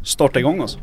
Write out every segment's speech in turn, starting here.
starta igång oss.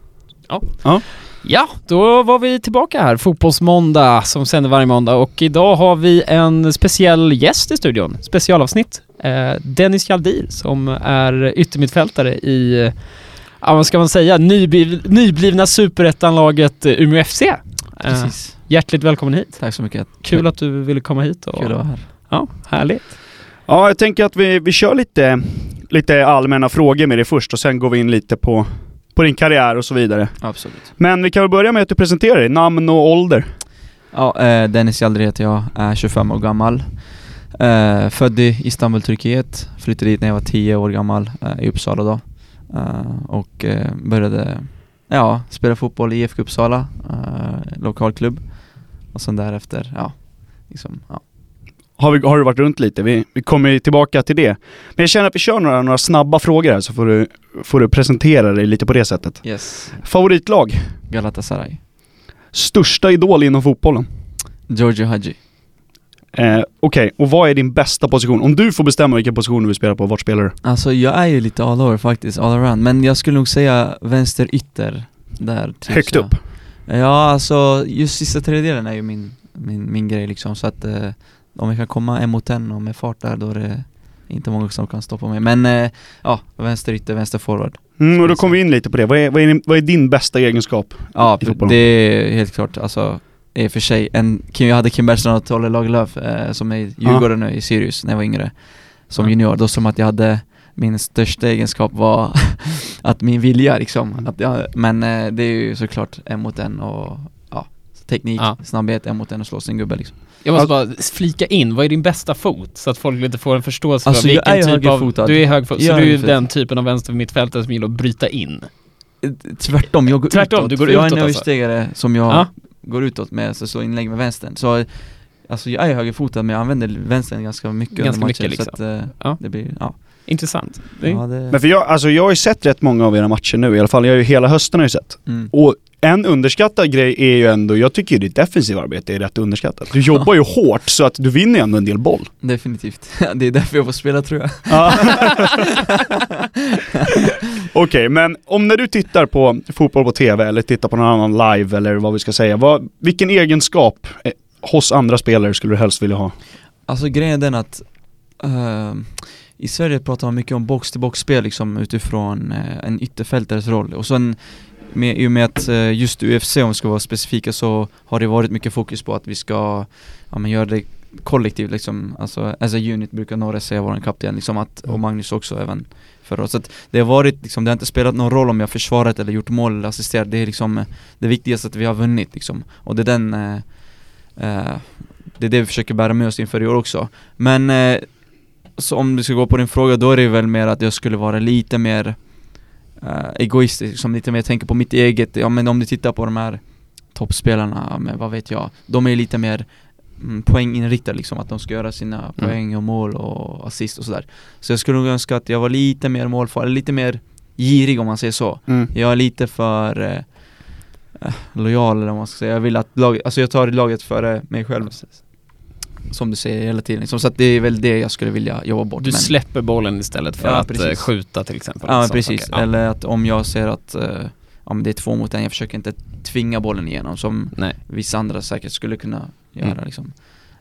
Ja, då var vi tillbaka här. Fotbollsmåndag som sänder varje måndag. Och idag har vi en speciell gäst i studion. Specialavsnitt. Dennis Hjaldir som är yttermittfältare i, vad ska man säga, nyblivna superettanlaget Umeå FC. Precis. Hjärtligt välkommen hit. Tack så mycket. Kul att du ville komma hit. Kul att vara här. Ja, härligt. Ja, jag tänker att vi kör lite allmänna frågor med det först och sen går vi in lite på din karriär och så vidare. Absolut. Men vi kan väl börja med att du presenterar dig, namn och ålder. Ja, Dennis Hjaldir heter jag, är 25 år gammal. Född i Istanbul, Turkiet. Flyttade dit när jag var 10 år gammal i Uppsala då. Och började spela fotboll i IFK Uppsala, lokalklubb. Och sen därefter, Har du varit runt lite? Vi kommer ju tillbaka till det. Men jag känner att vi kör några snabba frågor här så får du presentera dig lite på det sättet. Yes. Favoritlag? Galatasaray. Största idol inom fotbollen? Giorgio Hagi. Okej, och vad är din bästa position? Om du får bestämma vilken position du vill spela på, vart spelar du? Alltså jag är ju lite all over faktiskt, all around. Men jag skulle nog säga vänster ytter där. Högt upp? Ja, alltså just sista tredjedelen är ju min grej liksom. Så att om jag kan komma en mot en och med fart där, då är det inte många som kan stoppa mig. Men vänster ytter, vänster forward. Och då kommer vi in lite på det. Vad är din bästa egenskap? Ja, det är helt klart. Alltså, i och för sig, jag hade Kim Bergström och Tolle Lagerlöf som är Djurgården nu i Sirius när jag var yngre. Som junior, då som att jag hade min största egenskap var att min vilja liksom. Men det är ju såklart en mot en och teknik, snabbhet, en mot en och slå sin gubbe liksom. Jag måste bara flika in, vad är din bästa fot? Så att folk lite får en förståelse för vilken typ av... Du är högerfotad, så du är ju den typen av vänster mittfältare som gillar att bryta in. Tvärtom, jag går utåt. Du går jag utåt, är en överstegare som jag går utåt med, så slår inlägg med vänstern. Så alltså jag är högerfotad, men jag använder vänstern ganska mycket under matchen, liksom. Så att det blir, intressant. Men för jag har ju sett rätt många av era matcher nu, i alla fall. Jag har ju hela hösten har ju sett. Och en underskattad grej är ju ändå, jag tycker ju ditt defensiva arbete är rätt underskattat. Du jobbar ju hårt så att du vinner ändå en del boll. Definitivt. Det är därför jag får spela, tror jag. Okej, men om när du tittar på fotboll på tv eller tittar på någon annan live eller vad vi ska säga, vilken egenskap hos andra spelare skulle du helst vilja ha? Alltså grejen är den att i Sverige pratar man mycket om box-till-box-spel liksom, utifrån en ytterfältares roll. Och sen i och med att just UFC, om vi ska vara specifika, så har det varit mycket fokus på att vi ska göra det kollektivt liksom. Alltså as a unit brukar Norre säga, vår kapten liksom, och Magnus också även för oss. Så att det har varit liksom, det har inte spelat någon roll om jag försvarat eller gjort mål eller assisterat. Det är liksom det viktigaste, att vi har vunnit liksom. Och det är det är det vi försöker bära med oss inför i år också. Men så om du ska gå på din fråga, då är det väl mer att jag skulle vara lite mer egoistisk, som lite mer tänker på mitt eget. Men om du tittar på de här toppspelarna, men vad vet jag, de är lite mer poänginriktade liksom, att de ska göra sina poäng och mål och assist och sådär. Så jag skulle nog önska att jag var lite mer målfarlig, lite mer girig, om man säger så. Jag är lite för lojal, eller vad man ska säga. Jag vill att jag tar laget före mig själv, som du säger hela tiden liksom. Så att det är väl det jag skulle vilja jobba bort. Du släpper bollen istället för att skjuta till exempel. Ja, precis. Eller att om jag ser att det är 2 mot 1, jag försöker inte tvinga bollen igenom som vissa andra säkert skulle kunna göra liksom.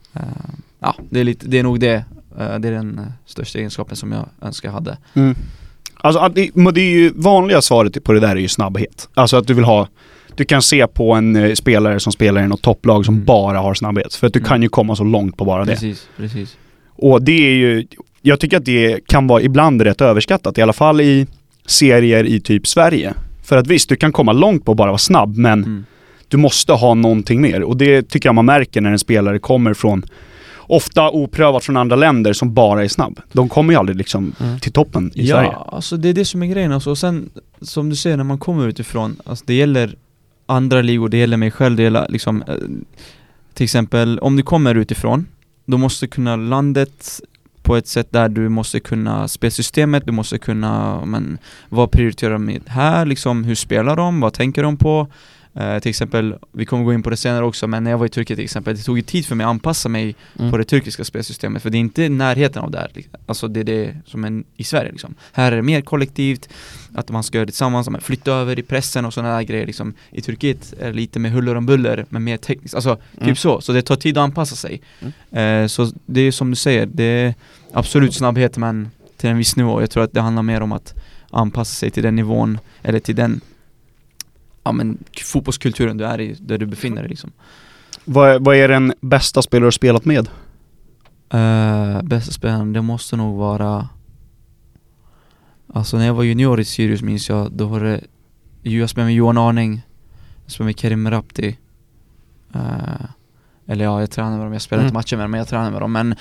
Det är nog det. Det är den största egenskapen som jag önskar jag hade. Alltså det är ju vanliga svaret på det där är ju snabbhet. Alltså att du kan se på en spelare som spelar i något topplag som bara har snabbhet. För att du kan ju komma så långt på bara det. Precis. Och det är ju, jag tycker att det kan vara ibland rätt överskattat. I alla fall i serier i typ Sverige. För att visst, du kan komma långt på att bara vara snabb. Men du måste ha någonting mer. Och det tycker jag man märker när en spelare kommer från, ofta oprövat från andra länder, som bara är snabb. De kommer ju aldrig liksom till toppen i Sverige. Ja, alltså det är det som är grejen. Alltså. Och sen, som du säger, när man kommer utifrån, alltså det gäller andra ligor, det gäller mig själv, det gäller liksom, till exempel om du kommer utifrån, då måste du kunna landet på ett sätt där du måste kunna spelsystemet, du måste kunna, vad prioriterar de här liksom, hur spelar de, vad tänker de på, Till exempel, vi kommer gå in på det senare också, men när jag var i Turkiet till exempel, det tog ju tid för mig att anpassa mig på det turkiska spelsystemet, för det är inte i närheten av det här. Alltså det är det som är i Sverige liksom. Här är det mer kollektivt, att man ska göra det tillsammans, man flyttar över i pressen och sådana där grejer liksom. I Turkiet är det lite med huller om buller, men mer tekniskt, alltså typ så det tar tid att anpassa sig. Så det är som du säger, det är absolut snabbhet, men till en viss nivå. Jag tror att det handlar mer om att anpassa sig till den nivån, eller till den fotbollskulturen du är i, där du befinner dig liksom. Vad är den bästa spelare du har spelat med? Bästa spelaren, det måste nog vara, alltså när jag var junior i Sirius minns jag, då var det, jag spelade med Johan Arning, jag spelade med Kerim Rapti, eller ja, jag tränade med dem, jag spelade inte matcher med dem, men jag tränade med dem, men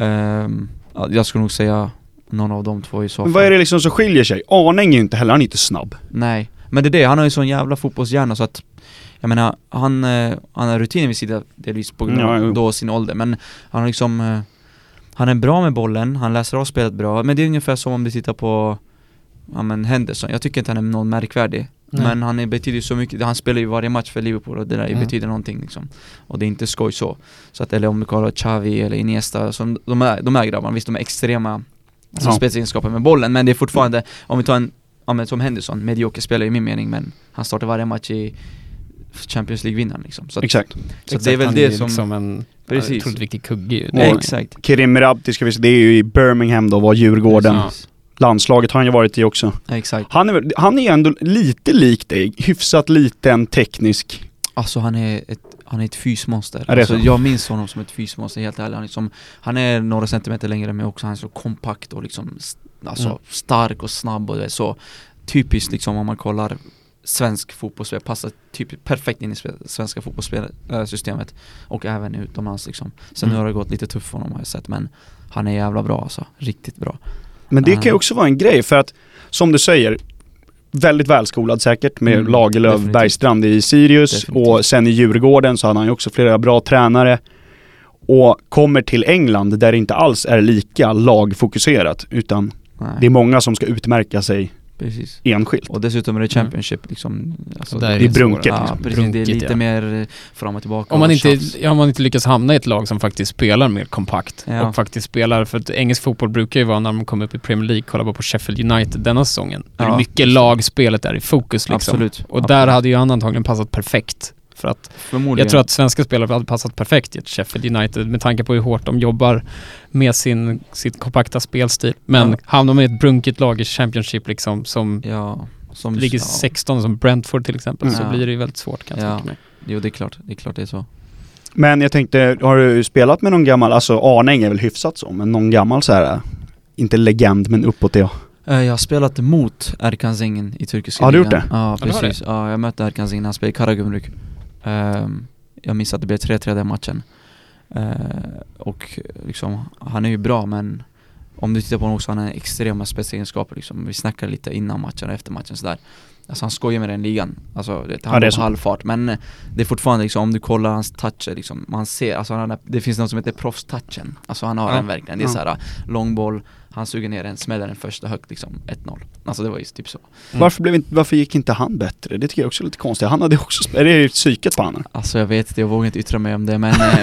jag skulle nog säga någon av de två i så fall. Men vad är det liksom som skiljer sig? Arning är ju inte heller, han är inte snabb. Nej, men det är det, han har ju sån jävla fotbollshjärna så att jag menar, han har rutinen vid sidan delvis på grund av då sin ålder, men han har liksom han är bra med bollen, han läser av spelet bra, men det är ungefär som om du tittar på Henderson. Jag tycker inte han är någon märkvärdig. Men han betyder så mycket. Han spelar ju varje match för Liverpool och det där betyder någonting liksom. Och det är inte skoj så att, eller om du kollar Xavi eller Iniesta, så de är grabbarna, visst de är extrema spetsegenskaper med bollen, men det är fortfarande, om vi tar en som Henderson, medioker spelare i min mening, men han startar varje match i Champions League-vinnaren liksom. Så att, exakt. Så det är väl det som liksom en otroligt viktig kugge. Exakt. Kerim Rapti ska vi se, det är ju i Birmingham då, var Djurgården. Landslaget har han ju varit i också. Exakt. Han är ändå lite lik dig, hyfsat liten teknisk. Alltså han är ett fysmonster. Alltså, jag minns honom som ett fysmonster, helt ärligt. Han är några centimeter längre, men också han är så kompakt och liksom stark och snabb och det är så typiskt liksom, om man kollar svensk fotbollsspel, passar typ perfekt in i svenska fotbollssystemet och även utomlands liksom. Sen nu har det gått lite tufft för honom, har jag sett, men han är jävla bra alltså, riktigt bra. Men det kan ju också vara en grej, för att som du säger, väldigt välskolad säkert med Lagerlöf, Bergstrand i Sirius och sen i Djurgården så hade han ju också flera bra tränare och kommer till England där det inte alls är lika lagfokuserat, utan det är många som ska utmärka sig. Precis. Enskilt. Och dessutom är det Championship liksom, alltså, det är brunket. Ja, precis, det är lite mer fram och tillbaka. Om man inte lyckas hamna i ett lag som faktiskt spelar mer kompakt och faktiskt spelar, för att engelsk fotboll brukar ju vara, när man kommer upp i Premier League, kolla på Sheffield United denna säsongen. Det är mycket lagspelet där i fokus liksom. Absolut. Och där hade ju han antagligen passat perfekt. För att jag tror att svenska spelare hade passat perfekt i ett Sheffield United med tanke på hur hårt de jobbar med sitt kompakta spelstil. Men hamnar man i ett brunkigt lag i Championship liksom, som ligger 16 som Brentford till exempel, så blir det ju väldigt svårt, kan jag tänka mig. Jo, det är klart det är så. Men jag tänkte, har du spelat med någon gammal, alltså Arning är väl hyfsat så, men någon gammal så här, inte legend men uppåt det. Jag har spelat mot Erkan Zengin i turkiska ligan. Har du gjort det? Ja, precis. Ja, jag mötte Erkan Zengin, han spelade i Karagümrük. Jag missade att det blev 3-3 den matchen. Och liksom, han är ju bra, men om du tittar på honom också, han har extrema spetsegenskaper liksom. Vi snackade lite innan matchen och efter matchen sådär. Alltså han skojar med den ligan. Alltså han är på halvfart, men det är fortfarande liksom, om du kollar hans toucher liksom, man ser, alltså det finns något som heter proffs-touchen. Alltså han har den verkligen. Det är såhär, långboll, han suger ner den, smäller den första högt liksom, 1-0. Alltså det var ju typ så. Varför gick inte han bättre? Det tycker jag också är lite konstigt. Han hade också, är det psyket på honom? Alltså jag vet inte, jag vågar inte yttra mig om det,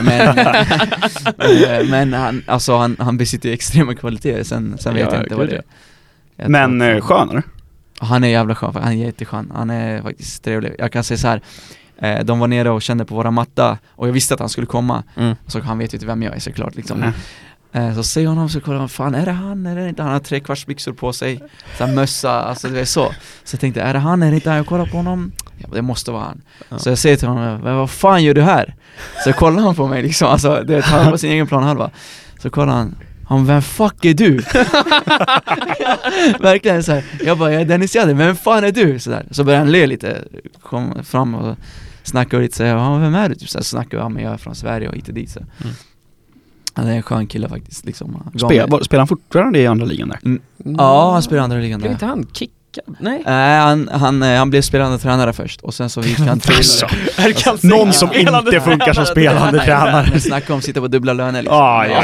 men han besitter extrema kvaliteter, sen vet jag inte vad det är. Men skönare? Han är jävla skön, han är jätteskön. Han är faktiskt trevlig. Jag kan säga så här, de var nere och kände på våra matta och jag visste att han skulle komma. Så han vet ju inte vem jag är såklart liksom. Så säger honom, så kollar han, fan är det han? Är det inte? Han har 3/4 på sig, så här mössa, alltså det är så. Så jag tänkte, är det han? Är det inte han? Jag kollar på honom. Ja, det måste vara han. Så jag säger till honom, vad fan gör du här? Så kollar han på mig liksom, alltså det tar han på sin egen plan halva. Så kollar han, vem fuck är du? Verkligen så här. Jag bara, jag är Dennis Jader, vem fan är du? Så, där. Så börjar han le lite, kom fram och snackar lite, så vem är du? Så snackar jag, men jag är från Sverige och hit och dit så. Han är en skön kille faktiskt liksom. Spelar han fortfarande i andra ligan där? Ja, han spelar i andra ligan där. Kan inte han kicka? Nej. Han blev spelande tränare först och sen så gick han till någon som inte funkar som spelande tränare. Men snacka om sitta på dubbla löner liksom.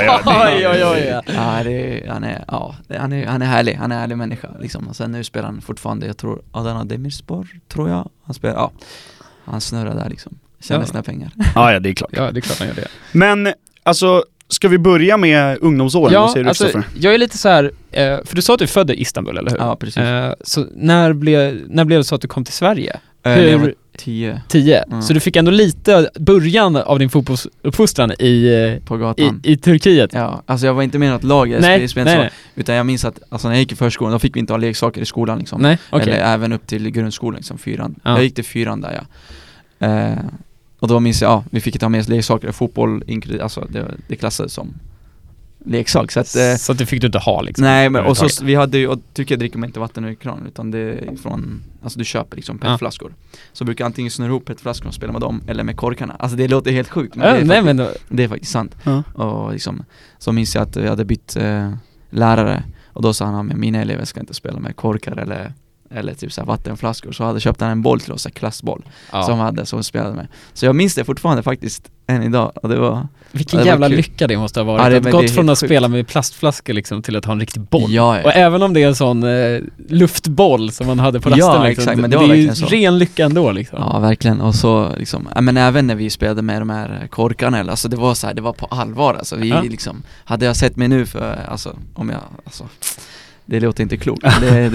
Han är härlig. Han är härlig människa liksom. Och sen nu spelar han fortfarande, jag tror Adana Demirspor, tror jag. Han spelar, Han snurrar där liksom. Tjänar sina pengar. Ja, det är klart. Ja, det är klart han gör det. Men alltså, ska vi börja med ungdomsåren? Ja, Vad säger du, alltså, Kristoffer? jag är lite så här, för du sa att du födde i Istanbul, eller hur? Ja, precis. Så när blev det så att du kom till Sverige? När jag var 10. 10. Mm. Så du fick ändå lite början av din fotbollsuppfostran På gatan. i Turkiet. Ja, alltså jag var inte med i något lag, Nej. utan jag minns att alltså, när jag gick i förskolan, då fick vi inte ha leksaker i skolan liksom. Nej, okej. Eller även upp till grundskolan liksom, 4:an. Ja. Jag gick till 4:an där, ja. Och då minns jag, vi fick inte ha med oss leksaker. Fotboll, alltså det klassades som leksak. Så att det fick du inte ha liksom. Nej, men och så vi hade ju, och tycker jag dricker man inte vatten ur kran, utan det är från, alltså du köper liksom petflaskor. Så brukar jag antingen snurra ihop petflaskorna och spela med dem, eller med korkarna. Alltså det låter helt sjukt, men det är faktiskt sant. Och liksom, så minns jag att vi hade bytt lärare, och då sa han, med mina elever ska inte spela med korkar eller typ så här vattenflaskor. Så hade köpt han en boll till oss, en klassboll, som spelade med. Så jag minns det fortfarande faktiskt än idag, och det var vilken jävla lycka det måste ha varit. Ja, att gått från att sjukt. spela med plastflaskor liksom till att ha en riktig boll. Ja. Och även om det är en sån luftboll som man hade på rasten liksom, exakt, men det var är ju så. ren lycka ändå liksom. Ja, verkligen. Och så liksom, men även när vi spelade med de här korkarna, alltså det var så här, det var på allvar, alltså vi liksom, hade jag sett mig nu för, alltså om jag, alltså det låter inte klokt. Men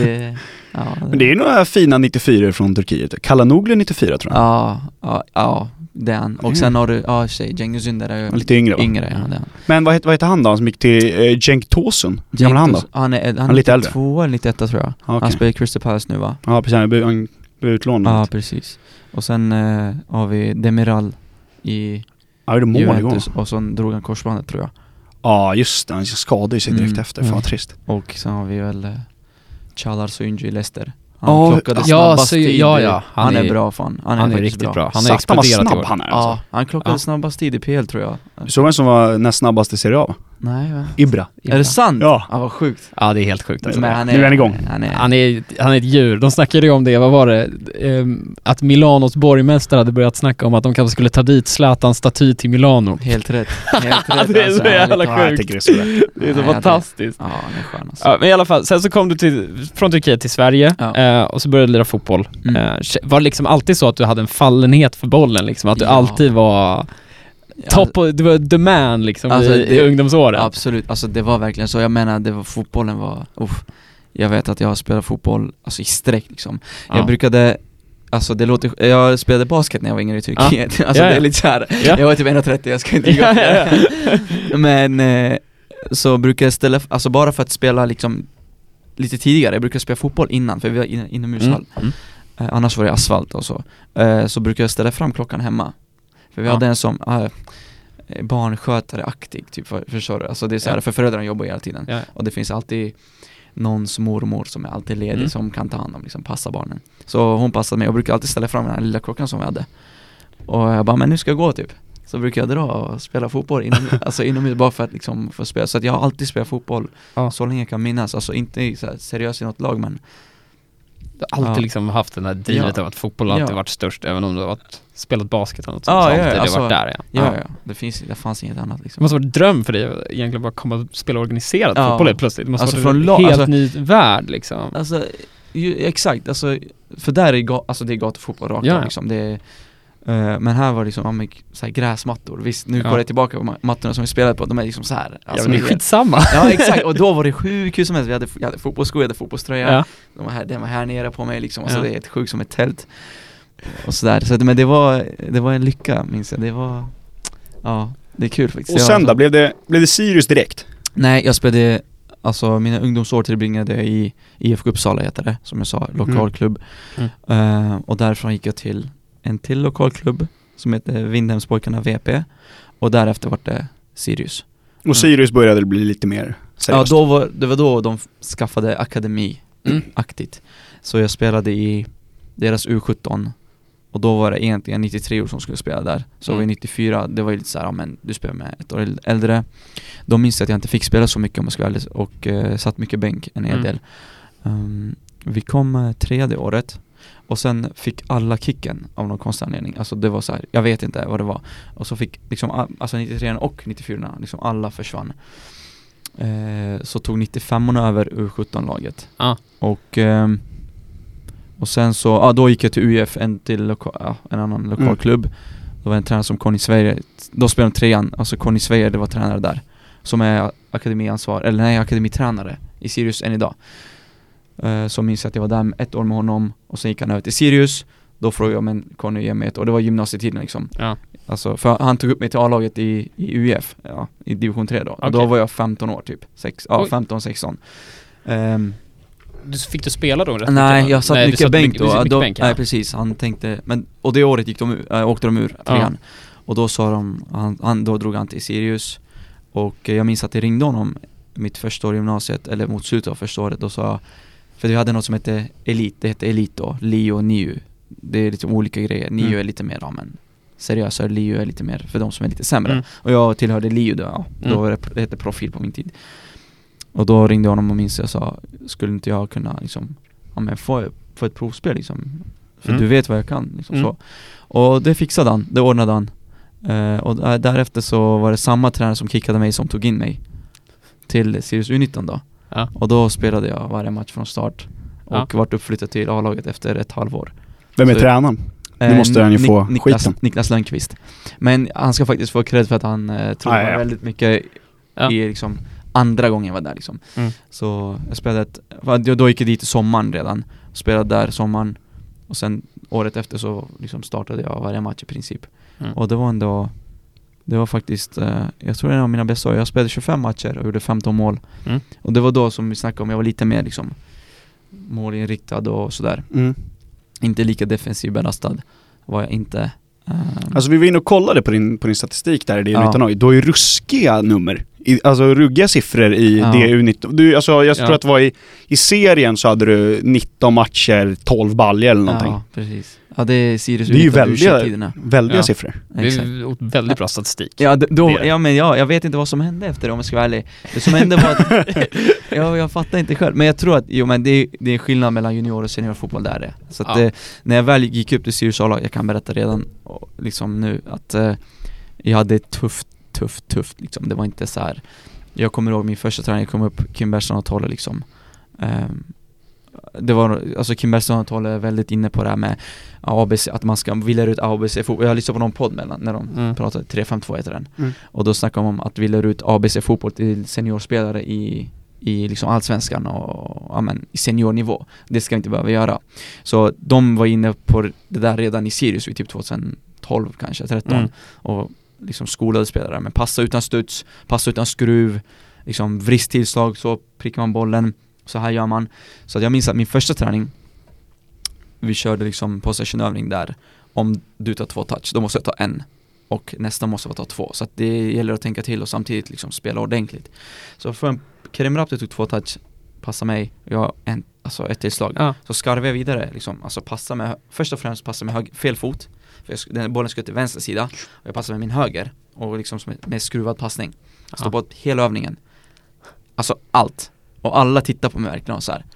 det är några fina 94 från Turkiet. Kalanoglu 94 tror jag. Ja, den. Och sen har du Cengiz Ünder är lite yngre, va? Den. Men vad heter han då? Han som gick till Cenk Tosun. Han då? Han är lite äldre. 2 eller lite 1 tror jag. Okay. Han spelar i Crystal Palace nu, va? Ja, precis. Han blev utlånad. Ja, precis. Och sen har vi Demiral i Juventus. Och så drog han korsbandet, tror jag. Ja, just det. Han skadade sig direkt efter. Fan, trist. Och sen har vi väl Çağlar Soyuncu i Leicester. Han klockade snabbast tid. Han är bra fan. Han är riktigt bra. Han är exploderat i år. Han klockade snabbast tid i PL, tror jag. Du såg vem som var näst snabbast i Serie A, va? Nej, va? Ibra. Är det sant? Ja. Vad sjukt. Ja, det är helt sjukt alltså. Men nu är han igång. Han är ett djur. De snackade ju om det, vad var det? Att Milanos borgmästare hade börjat snacka om att de kanske skulle ta dit Zlatans staty till Milano. Helt rätt. Det är så jävla sjukt. Det är så fantastiskt. Ja, det är skön alltså. Ja, men i alla fall, sen så kom du från Turkiet till Sverige, och så började du lira fotboll. Var det liksom alltid så att du hade en fallenhet för bollen liksom? Att du alltid var du var the man liksom, alltså, i ungdomsåren? Absolut, alltså det var verkligen så. Jag menar, fotbollen var jag vet att jag spelade fotboll alltså i sträck liksom. Jag brukade, alltså jag spelade basket när jag var yngre i Turkiet. Alltså det är lite så här. Jag var typ 1,30, jag ska inte gå. Men så brukar jag ställa, alltså bara för att spela liksom lite tidigare, jag brukar spela fotboll innan, för vi var inomhushall. Annars var det asfalt och så. Så brukar jag ställa fram klockan hemma. För vi hade en som barnskötare-aktig typ, förstår du? Alltså det är så här, för föräldrarna jobbar hela tiden. Och det finns alltid någons mormor som är alltid ledig, som kan ta hand om, liksom passa barnen. Så hon passade mig, och brukar alltid ställa fram den här lilla klockan som vi hade. Och jag bara, men nu ska jag gå typ. Så brukar jag dra och spela fotboll inomhus bara för att liksom få spela. Så att jag har alltid spelat fotboll så länge jag kan minnas. Alltså inte så här seriöst i något lag, men alltid liksom haft den här drivet av att fotboll alltid varit störst, även om du har spelat basket och något sånt, så alltid det varit där. Det fanns inget annat liksom. Det måste vara en dröm för dig egentligen, bara komma och spela organiserat fotboll helt plötsligt. Det måste vara en helt ny värld liksom. Alltså exakt, alltså för där är det är gatufotboll rakt liksom. Det är men här var det liksom så här gräsmattor. Visst, nu går det tillbaka på mattorna som vi spelade på. De är liksom så här. Alltså, det är skitsamma. Ja, exakt. Och då var det sjukt kul som helst. Jag hade fotbollsskor, jag hade fotbollströja. Den var här nere på mig liksom. Och så det är ett sjukt som ett tält. Och sådär. Så, men det var en lycka, minns jag. Det var, det är kul faktiskt. Och sen då, blev det Sirius direkt? Nej, jag spelade, alltså mina ungdomsår tillbringade i IFK Uppsala, heter det, som jag sa, lokalklubb. Och därifrån gick jag till en till lokalklubb som heter Vindhemspojkarna VP, och därefter var det Sirius. Och Sirius började bli lite mer seriöst. Ja, det var då de skaffade akademi-aktigt. Så jag spelade i deras U17, och då var det egentligen 93 år som skulle spela där. Så var 94, det var ju lite så här, men du spelar med ett år äldre. Då minns jag att jag inte fick spela så mycket, om jag ska vara ärlig, och satt mycket bänk en hel del. Vi kom 3:e året. Och sen fick alla kicken av någon konstig anledning. Alltså det var så här, jag vet inte vad det var. Och så fick liksom, alltså 93 och 94, liksom alla försvann. Så tog 95 över U17-laget. Och Och sen så, då gick jag till UF, en annan lokal klubb. Då var en tränare som Conny Sveijer. Då spelade de 3an, alltså Conny Sveijer, det var tränare där. Som är akademitränare i Sirius än idag. Så minns jag att jag var där 1 år med honom. Och sen gick han över till Sirius. Då frågade jag, men Conny ge mig 1 år. Det var gymnasietiden liksom. Ja. Alltså, för han tog upp mig till A-laget i UF, i division 3 då. Och då var jag 15 år typ. 15-16. Fick du spela då? Nej, jag satt mycket bänk då. Bänk, nej, precis. Han tänkte, och det året åkte de ur 3an. Och då sa de, då drog han till Sirius. Och jag minns att jag ringde honom mitt första år i gymnasiet, eller mot slutet av första året. Då sa jag, för vi hade något som hette Elit, det hette Elit då, Leo och Niu. Det är lite olika grejer. Niu är lite mer, men seriösare, Leo är lite mer för de som är lite sämre. Och jag tillhörde Leo då, då var det hette profil på min tid. Och då ringde jag honom och minns jag sa, skulle inte jag kunna liksom, få ett provspel liksom, för du vet vad jag kan liksom, så. Och det fixade han, det ordnade han. Och därefter så var det samma tränare som kickade mig som tog in mig till Sirius U19 då. Ja. Och då spelade jag varje match från start och vart uppflyttad till A-laget efter ett halvår. Vem är tränaren? Nu måste han ju få skiten. Niklas Lönnqvist. Men han ska faktiskt få cred för att han tror väldigt mycket i liksom andra gången jag var där liksom. Så jag spelade då gick jag dit i sommaren redan. Spelade där sommaren. Och sen året efter så liksom startade jag varje match i princip. Och det var faktiskt, jag tror det var mina bästa år. Jag spelade 25 matcher och gjorde 15 mål. Och det var då som vi snackade om, jag var lite mer liksom målinriktad och sådär. Inte lika defensiv belastad var jag inte. Alltså vi var inne och kollade på din statistik där i det U19. Du har ju ruskiga nummer. Alltså ruggiga siffror i det U19. Jag tror att det var i serien så hade du 19 matcher, 12 baljor eller någonting. Ja, precis. Ja, det är Sirius. Det är ju väldiga siffror. Det är väldigt bra statistik. Jag vet inte vad som hände efter det, om jag ska vara ärlig. Det som hände var att jag fattar inte själv. Men jag tror att det är skillnad mellan junior och seniorfotboll där det. Så att när jag väl gick upp till Sirius A-lag, jag kan berätta redan liksom nu att jag hade ett tufft liksom. Det var inte så här. Jag kommer ihåg min första träning, jag kom upp Kim Bergstrand och Tolle liksom. Det var, alltså Kim Bergstrand och Tolle är väldigt inne på det här med ABC, att man ska vilja ut ABC fotboll. Jag lyssnade på någon podd när de pratade 352 heter den. Och då snackade de om att vilja ut ABC fotboll till seniorspelare i liksom allsvenskan och i seniornivå. Det ska vi inte behöva göra. Så de var inne på det där redan i Sirius i typ 2012 kanske 13 och liksom skolade spelare, men passa utan studs, passa utan skruv, liksom vristtillslag, så prickar man bollen, så här gör man. Så att jag minns att min första träning, vi körde liksom possessionövning där, om du tar 2 touch, då måste jag ta 1 och nästa måste ta 2, så att det gäller att tänka till och samtidigt liksom spela ordentligt. Så för en Kerim Rapte tog 2 touch, passa mig, jag ett tillslag, så skarvar jag vidare liksom, alltså först och främst passa med fel fot. Den bollen skulle till vänster sida och jag passade med min höger och liksom med skruvad passning. Stod på hela övningen. Alltså allt. Och alla tittar på mig verkligen och så här: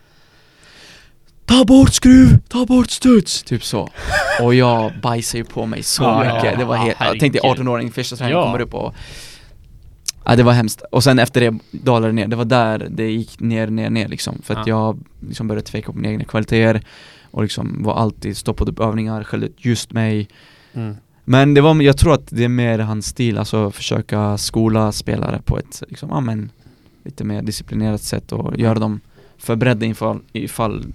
ta bort skruv, ta bort studs, typ så. Och jag bajsade ju på mig så mycket. Det var helt, jag tänkte 18-åring första träningen kommer upp och det var hemskt. Och sen efter det dalade det ner. Det var där det gick ner liksom, för att jag liksom började tveka på mina egna kvaliteter. Och liksom var alltid stoppad upp övningar, skällde ut just mig. Men jag tror att det är mer hans stil, alltså försöka skola spelare på ett liksom, lite mer disciplinerat sätt och göra dem förberedda ifall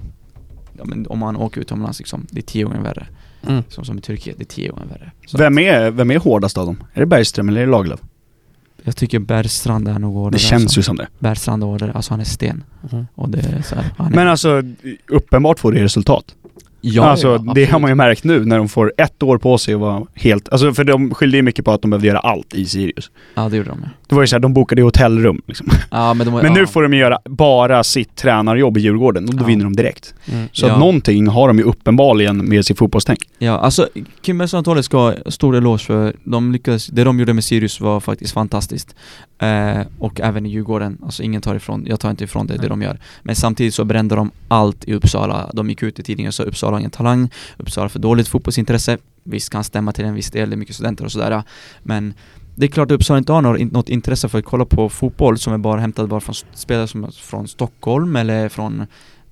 om man åker utomlands liksom, det är 10 gånger värre. Som i Turkiet, det är 10 gånger värre. Så vem är hårdast av dem? Är det Bergström eller är det Lagerlöf? Jag tycker Bergstrand är nog hårdare. Det känns ju som det. Bergstrand är hårdare, alltså han är sten. Och det är så här, men alltså, uppenbart får det resultat. Ja, alltså det har man ju märkt nu när de får 1 år på sig och var helt, alltså för de skyllde ju mycket på att de behövde göra allt i Sirius. Ja, det gjorde de. Det var ju så här, de bokade i hotellrum liksom. Ja, men nu får de göra bara sitt tränarjobb i Djurgården och då vinner de direkt. Så att någonting har de ju uppenbarligen med sitt fotbollstänk. Ja, alltså Kim Bergstrand och Tolle ska stor eloge för det de gjorde med Sirius var faktiskt fantastiskt. Och även i Djurgården, alltså jag tar inte ifrån det de gör. Men samtidigt så brände de allt i Uppsala. De gick ut i tidningen och sa Uppsala har ingen talang, Uppsala har för dåligt fotbollsintresse. Visst kan stämma till en viss del, det är mycket studenter och sådär. Men det är klart att Uppsala inte har något intresse för att kolla på fotboll som är bara hämtad från spelare som från Stockholm eller från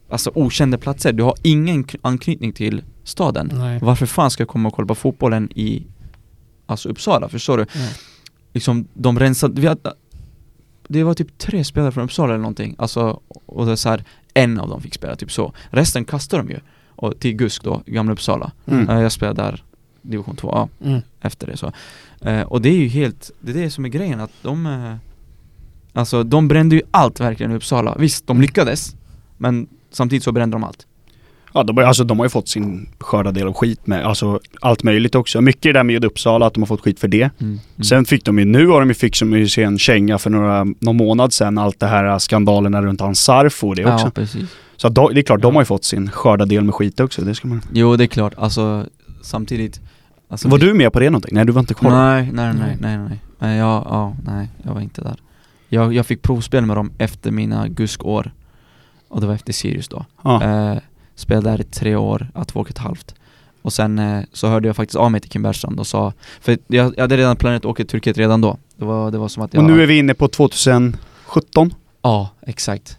alltså okända platser. Du har ingen anknytning till staden. Nej. Varför fan ska jag komma och kolla på fotbollen i alltså Uppsala, förstår du? Liksom de rensade, det var typ 3 spelare från Uppsala eller någonting. Alltså, och det är så här, en av dem fick spela typ så. Resten kastade de ju. Och till Gusk då, gamla Uppsala. Jag spelade där division 2 efter det så. Och det är ju helt, det är det som är grejen, att alltså de brände ju allt verkligen i Uppsala. Visst, de lyckades, men samtidigt så brände de allt. Ja, de har ju fått sin skörda del av skit med alltså allt möjligt också. Mycket där med Uppsala, att de har fått skit för det. Sen fick de ju, nu har de ju fick som ju se en känga för någon månad sedan, allt det här skandalerna runt hans Sarfo och det också. Ja, precis. Så det är klart, de har ju fått sin skörda del med skit också, det ska man. Jo, det är klart, alltså samtidigt alltså, var du med på det någonting? Nej, du var inte kvar. Nej, jag var inte där. Jag fick provspel med dem efter mina Gusk-år. Och det var efter Sirius då. Spelade där i 3 år, 2,5. Och sen så hörde jag faktiskt av mig till Kim Bergstrand och sa, för jag hade redan planerat att åka till Turkiet redan då. Det var som att jag... Och nu är vi inne på 2017? Ja, exakt.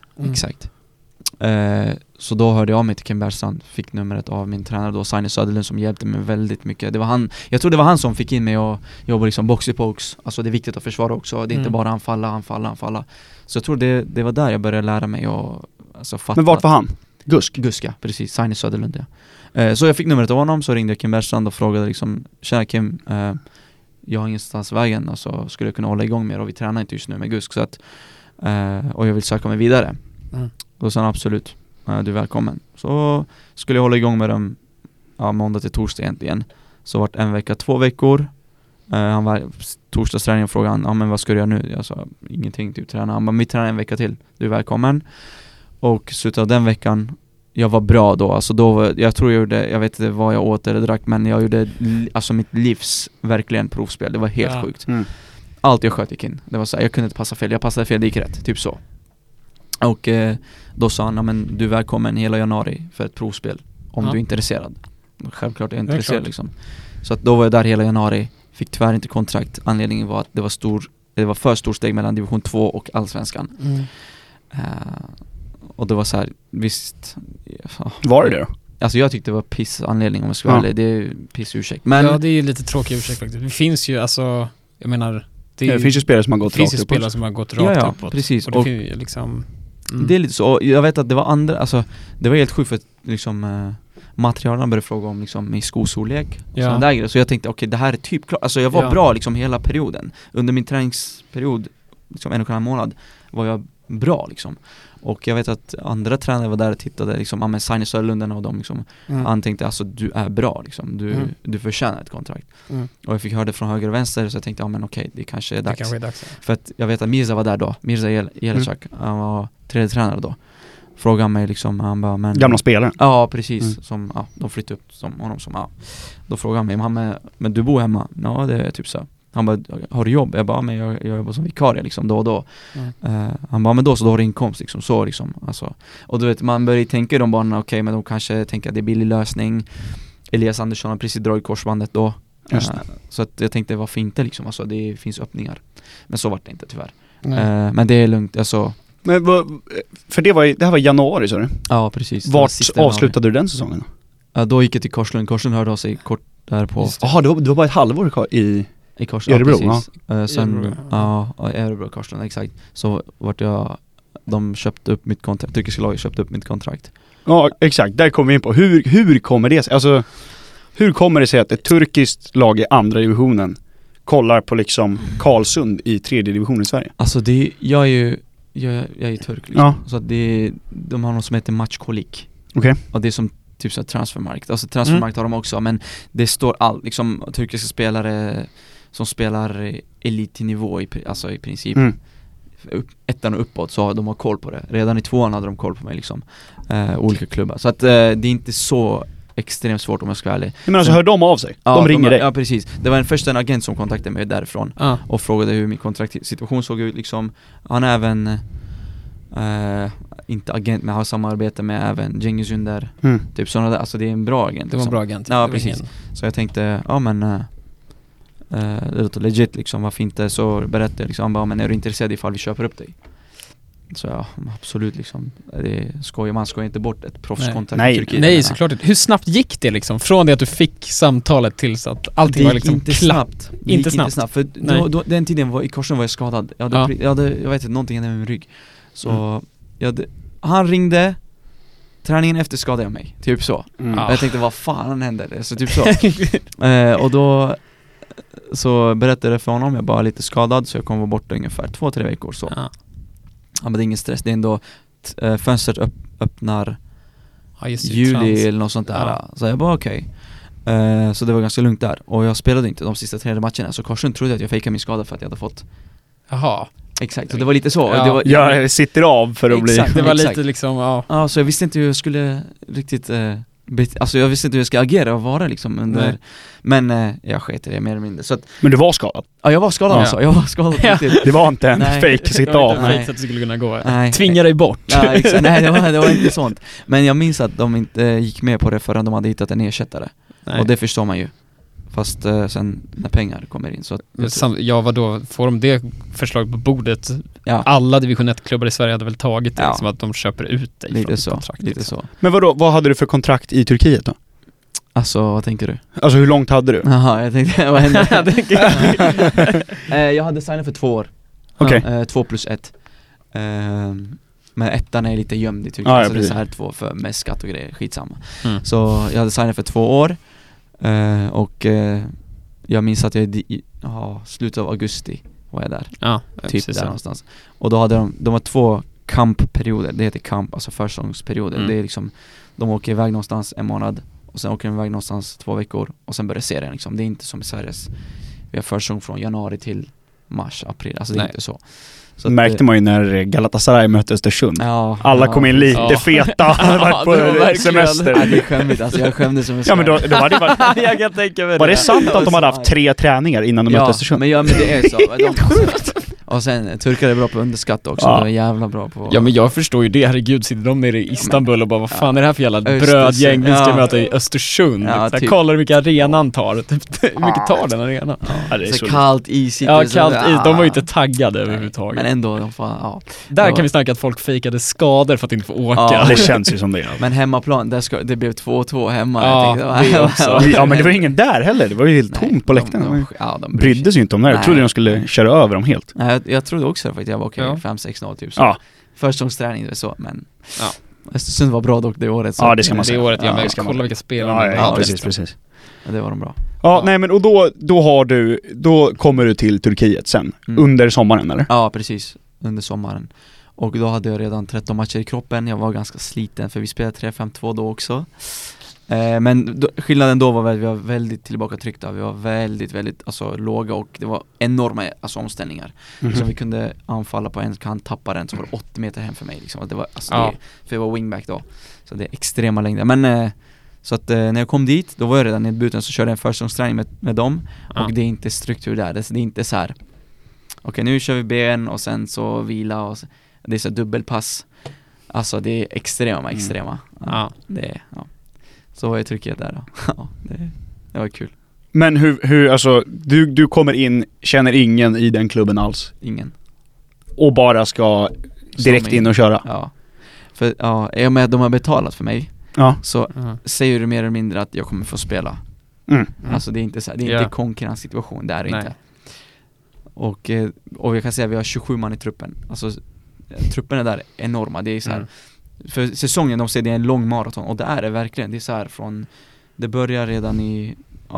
Så då hörde jag av mig till Kim Bergstrand, fick numret av min tränare då, Saini Söderlund, som hjälpte mig väldigt mycket. Det var han, jag tror det var han som fick in mig och jobba liksom box i box. Alltså det är viktigt att försvara också, det är inte bara anfalla. Så jag tror det var där jag började lära mig och alltså fatta. Men vart var han? Guska, precis, Saini Söderlund, ja. Så jag fick numret av honom, så ringde jag Kim Bergstrand och frågade liksom, tjena Kim, jag har ingenstans vägen och så skulle jag kunna hålla igång med, och vi tränar inte just nu med Gusk, så att och jag vill söka mig vidare. Och då sa han absolut, du är välkommen. Så skulle jag hålla igång med dem måndag till torsdag egentligen. Så vart en vecka, 2 veckor. Han var torsdagsträningen, frågade han, men vad ska du göra nu? Jag sa ingenting, typ träna. Han bara, vi tränar en vecka till, du är välkommen. Och slutet av den veckan, jag var bra då. Alltså då, jag tror jag vet inte vad jag åt eller drack, men jag gjorde alltså mitt livs verkligen provspel. Det var helt sjukt. Allt jag sköt gick in. Det var så här, jag kunde inte passa fel. Jag passade fel, det gick rätt, typ så. Och då sa han, men du är välkommen hela januari för ett provspel om du är intresserad. Självklart är jag intresserad liksom. Så att då var jag där hela januari, fick tyvärr inte kontrakt. Anledningen var att det var för stor steg mellan division 2 och allsvenskan. Och det var så här, visst. Var det då? Alltså jag tyckte det var piss anledning, om jag ska vara ärlig. Det är piss ursäkt. Men ja, det är ju lite tråkig ursäkt faktiskt. Det finns ju, alltså, jag menar, det finns ju spelare som har gått rakt upp. Det finns ju spelare som har gått rakt uppåt. Precis. Och det finns ju liksom... Det är lite så, jag vet att det var andra, alltså det var helt sjukt för att liksom materialen började fråga om liksom i skostorlek och sådana där grejer. Så jag tänkte okej, det här är typ klart. Alltså jag var bra liksom hela perioden. Under min träningsperiod, liksom 1,5 månad, var jag bra liksom. Och jag vet att andra tränare var där och tittade liksom, men Saini Söderlunden och de liksom, han tänkte alltså du är bra liksom, du förtjänar ett kontrakt. Och jag fick höra det från höger och vänster, så jag tänkte men okej, det kanske är dags. För att jag vet att Mirza var där då, Mirza Jelecak, han var 3:e tränare då. Frågade mig liksom, han bara, men gamla spelare. Ja, precis, som de flyttade upp som honom som då frågade han mig, men du bor hemma? Ja, det är typ så. Han bara, har du jobb? Jag bara, men jag jobbar som vikarie liksom då och då. Han bara, men då har du inkomst liksom, så liksom, alltså. Och du vet, man börjar tänka i de banorna, okej, men de kanske tänker att det är billig lösning. Elias Andersson har precis dragit korsbandet då. Så att jag tänkte, varför inte liksom, alltså det finns öppningar. Men så var det inte tyvärr. Men det är lugnt, alltså. Men för det här var januari, så du? Ja, precis. Vart avslutade du den säsongen? Då gick jag till Korslund. Korslund hörde av sig kort därpå. Jaha, det var bara ett halvår kvar i Örebro, sen Örebro, Korslund, exakt. Så vart de köpte upp mitt kontrakt, turkiska laget köpte upp mitt kontrakt. Ja, exakt, där kommer vi in på. Hur kommer det sig? Alltså, hur kommer det sig att ett turkiskt lag i andra divisionen kollar på liksom Karlsund i 3:e divisionen i Sverige? Alltså jag är ju turk liksom. Så att de har något som heter matchkolik. Okej. Och det är som typ så Transfermarkt. Alltså Transfermarkt har de också, men det står liksom turkiska spelare som spelar elitnivå alltså i princip. Ettan och uppåt, så de har koll på det. Redan i 2:an hade de koll på mig liksom. Olika klubbar. Så att det är inte så extremt svårt, om jag ska vara ärlig. Men alltså hör de av sig? De ringer dig? Ja, precis. Det var först en agent som kontaktade mig därifrån och frågade hur min kontraktsituation såg ut liksom. Han är även inte agent, men har samarbete med även Cengiz Ünder. Typ sådana där, alltså det är en bra agent. Det var en bra agent. Ja, precis. Så jag tänkte, det låter legit liksom, varför inte? Så berättade liksom, han bara, men är du intresserad ifall vi köper upp dig? Så ja, absolut liksom. Man skojar inte bort ett proffskontrakt Nej. i Turkiet. Nej, såklart inte. Hur snabbt gick det liksom? Från det att du fick samtalet tills att allting var liksom inte klart? snabbt. Inte snabbt. För då, den tiden i Korsnäs var jag skadad. Jag vet inte, någonting hände med min rygg. Så han ringde. Träningen efter skadade jag mig. Typ så. Jag tänkte, vad fan händer? Så typ så. Och då så berättade jag för honom, jag bara lite skadad, så jag kommer vara borta ungefär 2-3 veckor så. Men det är ingen stress, det är ändå fönstret öppnar juli eller något sånt där. Så jag bara okej. Så det var ganska lugnt där. Och jag spelade inte de sista 3 matcherna, så Korsund trodde att jag fejkade min skada för att jag hade fått. Jaha. Exakt, så det var lite så. Ja. Det var, Jag sitter av för att bli... Det var exakt. lite liksom, Ja, så jag visste inte hur jag skulle riktigt alltså jag visste inte hur jag skulle agera och vara liksom under. Nej. Men jag sket i det mer eller mindre. Så att, Men du var skadad? ja, jag var skadad alltså. Jag var skadad riktigt. Det var inte en Nej. fake sitta av. det var inte så att det skulle kunna gå. Nej. Tvinga dig bort. Ja, exakt. Nej, det var inte sånt. Men jag minns att de inte gick med på det förrän de hade hittat en ersättare. Nej. Och det förstår man ju. Fast sen när pengar kommer in så att, vadå? Får de det förslag på bordet? ja, Alla division 1-klubbar i Sverige hade väl tagit det, Ja. som att de köper ut dig lite från så, kontrakt. lite så. Men vad hade du för kontrakt i Turkiet då? Alltså, vad tänker du? Alltså hur långt hade du? Jaha, jag tänkte, vad hände? Jag hade signat för 2 år. Okej. 2+1. Men ettan är lite gömd i Turkiet, Ja, så det är precis. så här 2 för med skatt och grejer, skitsamma. Mm. Så jag hade signat för 2 år. Och jag minns att slutet av augusti var jag där. Ja, Typ precis, där ja. någonstans. Och då hade de var 2 kampperioder. Det heter kamp, alltså försäsongsperioder. Mm. Det är liksom, de åker iväg någonstans 1 månad och sen åker de iväg någonstans 2 veckor och sen börjar serien liksom. Det är inte som i Sveriges. Vi har försäsong från januari till mars, april. Alltså det är Nej. inte så. Så märkte man ju när Galatasaray mötte Östersund. Ja, Alla kom in lite Ja. feta, hade varit på det var verkligen- semester. Ja, det är skämmigt, alltså jag skämdes som en Ja men då var det bara, Jag kan tänka mig var det sant att de hade haft 3 träningar innan de mötte Östersund? men det är så. Helt sjukt. Och sen, turkar är bra på underskatt också. Ja. De är jävla bra på... Ja, men jag förstår ju det, herregud, sitter de nere i Istanbul och bara, vad fan är det här för jävla Östersund, brödgäng vi ska ja. möta i Östersund? Ja, Så här, typ. kolla hur mycket arenan tar, typ, hur mycket tar den arenan? Ja, det är så så kallt, isigt. Ja, och så- kallt is, de var ju inte Nej. taggade överhuvudtaget. Men ändå, de får, ja. Där Ja. kan vi snacka att folk fejkade skador för att inte få åka. Ja. Det känns ju som det. Men hemmaplan, det blev 2-2 hemma. Ja, jag tänkte, det också. Ja men det var ingen där heller, det var ju helt tomt på läktaren. De Brydde sig inte om det här. Jag Nej. trodde de skulle köra över dem helt. Nej, jag trodde också det, för att jag var okej, Ja. 5-6-0 typ så. Ja, Försäsongsträning och så, men Ja. Östersund var bra dock det året så. Ja, det ska man Det säga. året, ja, men det ska man kolla säga. vilka spelare. Ja, Ja, precis, precis. Ja, det var de bra. Ja, Ja. nej men och då kommer du till Turkiet sen, Mm. under sommaren eller? Ja, precis. Under sommaren. Och då hade jag redan 13 matcher i kroppen. Jag var ganska sliten för vi spelade 3-5-2 då också. Men skillnaden då var att vi var väldigt tillbakatryckta. Vi var väldigt, väldigt låga och det var enorma omställningar. Mhm. Så vi kunde anfalla på en kant, tappa den så var det 80 meter hem för mig. Liksom. Det var, Ja. för jag var wingback då. Så det är extrema längder. Men så att när jag kom dit, då var jag redan nedbruten, så körde jag en försäsongsträning med dem. Ja. Och det är inte struktur där. Det är inte så här. Okej, nu kör vi ben och sen så vila och det är så dubbelpass. Alltså det är extrema. Ja. Ja. Så var jag i Turkiet där då. Ja, det var kul. Men hur alltså, du kommer in, känner ingen i den klubben alls Ingen. och bara ska direkt Som in och köra? Ja. För i och med att de har betalat för mig Ja. så Ja. säger du mer eller mindre att jag kommer få spela. Mm. Alltså det är inte så här, det är Ja. inte konkurrenssituation, det är det Nej. inte. Och jag kan säga att vi har 27 man i truppen. Alltså truppen är där enorma. Det är så här, för säsongen, de säger det är en lång maraton, och det är det verkligen. Det är så här från, det börjar redan i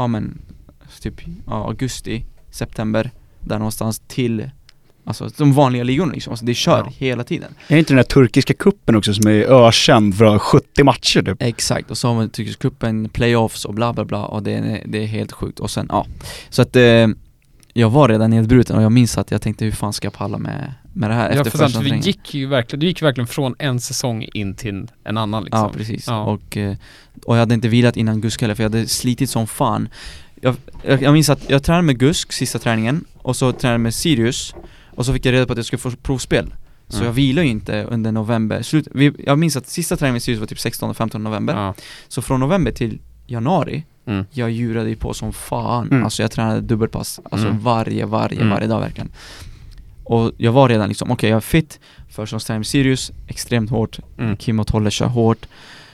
augusti, september där någonstans till de vanliga ligorna liksom. Alltså det kör hela tiden. Är inte den här turkiska kuppen också som är ökänd för 70 matcher typ? Exakt, och så har man turkiska kuppen, playoffs och bla bla bla, och det är helt sjukt. Och sen så att jag var redan nedbruten och jag minns att jag tänkte, hur fan ska jag palla med det här efter för första du gick verkligen från en säsong in till en annan liksom. Ja, precis. Ja. Och jag hade inte vilat innan Gusk heller, för jag hade slitit som fan. Jag minns att jag tränade med Gusk sista träningen, och så tränade med Sirius, och så fick jag reda på att jag skulle få provspel. Så jag vilade ju inte under november. Jag minns att sista träningen med Sirius var typ 16-15 november. Ja. Så från november till januari, Mm. jag djurade ju på som fan. Mm. Alltså jag tränade dubbelpass, alltså varje dag verkligen. Och jag var redan liksom, okej, jag är fit. Försäsongsträning med Sirius, extremt hårt. Kim och Tolle kör hårt.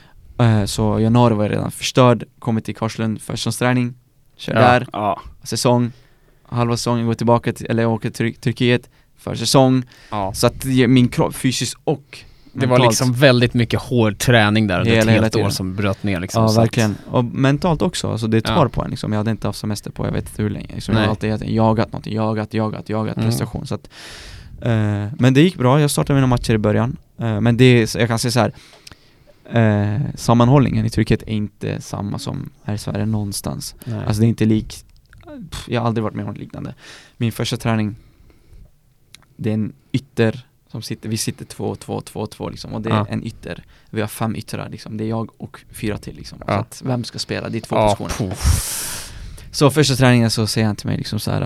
Så januari var jag redan förstörd. Kommit till Karlslund, försäsongsträning. Kör där. Säsong. Halva säsongen går tillbaka till, eller åker till Turkiet. För säsong. Så att min kropp fysiskt och det var liksom väldigt mycket hård träning där under ett helt år som bröt ner liksom. Ja, verkligen. Och mentalt också, alltså det tar på en liksom. Jag hade inte haft semester på jag vet inte hur länge liksom. Jag har alltid jagat prestation så att, men det gick bra, jag startade mina matcher i början, men det, jag kan säga så här, sammanhållningen i Turkiet är inte samma som här i Sverige någonstans. Alltså det är inte jag har aldrig varit med om något liknande. Min första träning, det är en ytter som vi sitter 2 liksom, och det är en ytter. Vi har 5 yttrar liksom. Det är jag och 4 till liksom. Så att vem ska spela? Det är 2 positioner. Så första träningen så säger han till mig liksom så här,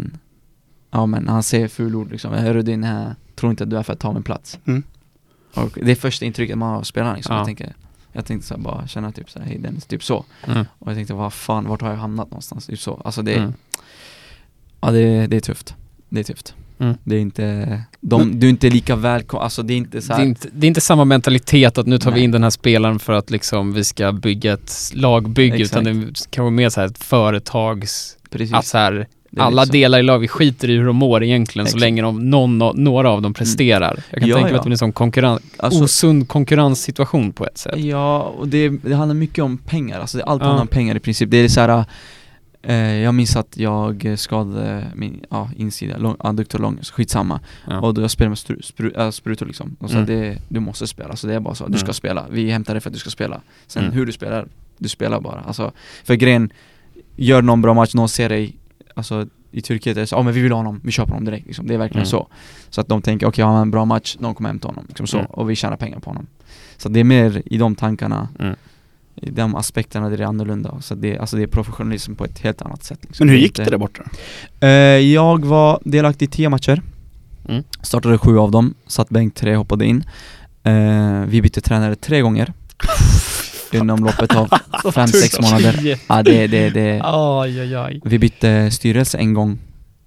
ja men han säger fulord liksom. Jag hör din här, tror inte att du är för att ta min plats. Och det är första intrycket man har spelat liksom. Jag tänkte så här, bara känna typ så här, hej Dennis, typ så. Och jag tänkte, vad fan, vart har jag hamnat någonstans? Typ så. Alltså det är tufft. Det är tufft. Det är inte du är inte lika välkommen, alltså det är inte så här. Det är inte samma mentalitet att nu tar vi in den här spelaren för att liksom vi ska bygga ett lagbygge. Exakt. Utan det kan vara mer så här ett företags, att så här, alla liksom delar i lag, vi skiter i hur de mår egentligen. Exakt. Så länge några av dem presterar. Jag kan tänka mig att det är en sån osund konkurrenssituation på ett sätt. Ja, och det handlar mycket om pengar, alltså allt handlar om pengar i princip. Det är så här. Jag minns att jag skadade min insida, adduktor lång, skitsamma. Och då jag spelade med sprutor liksom. Och så du måste spela, så det är bara så, du ska spela. Vi hämtar det för att du ska spela. Sen hur du spelar bara. Alltså, för grejen, gör någon bra match, någon ser dig, alltså i Turkiet är det så, men vi vill ha honom, vi köper honom direkt liksom. Det är verkligen så. Så att de tänker, okej, har en bra match, någon kommer hämta honom liksom, så, och vi tjänar pengar på honom. Så det är mer i de tankarna. I de aspekterna där det är annorlunda. Så det är professionalism på ett helt annat sätt liksom. Men hur gick det där borta? Jag var delaktig i 10 matcher. Startade 7 av dem. Satt bänk 3, hoppade in. Vi bytte tränare 3 gånger inom loppet av 5-6 månader. Ja, det. Vi bytte styrelse en gång.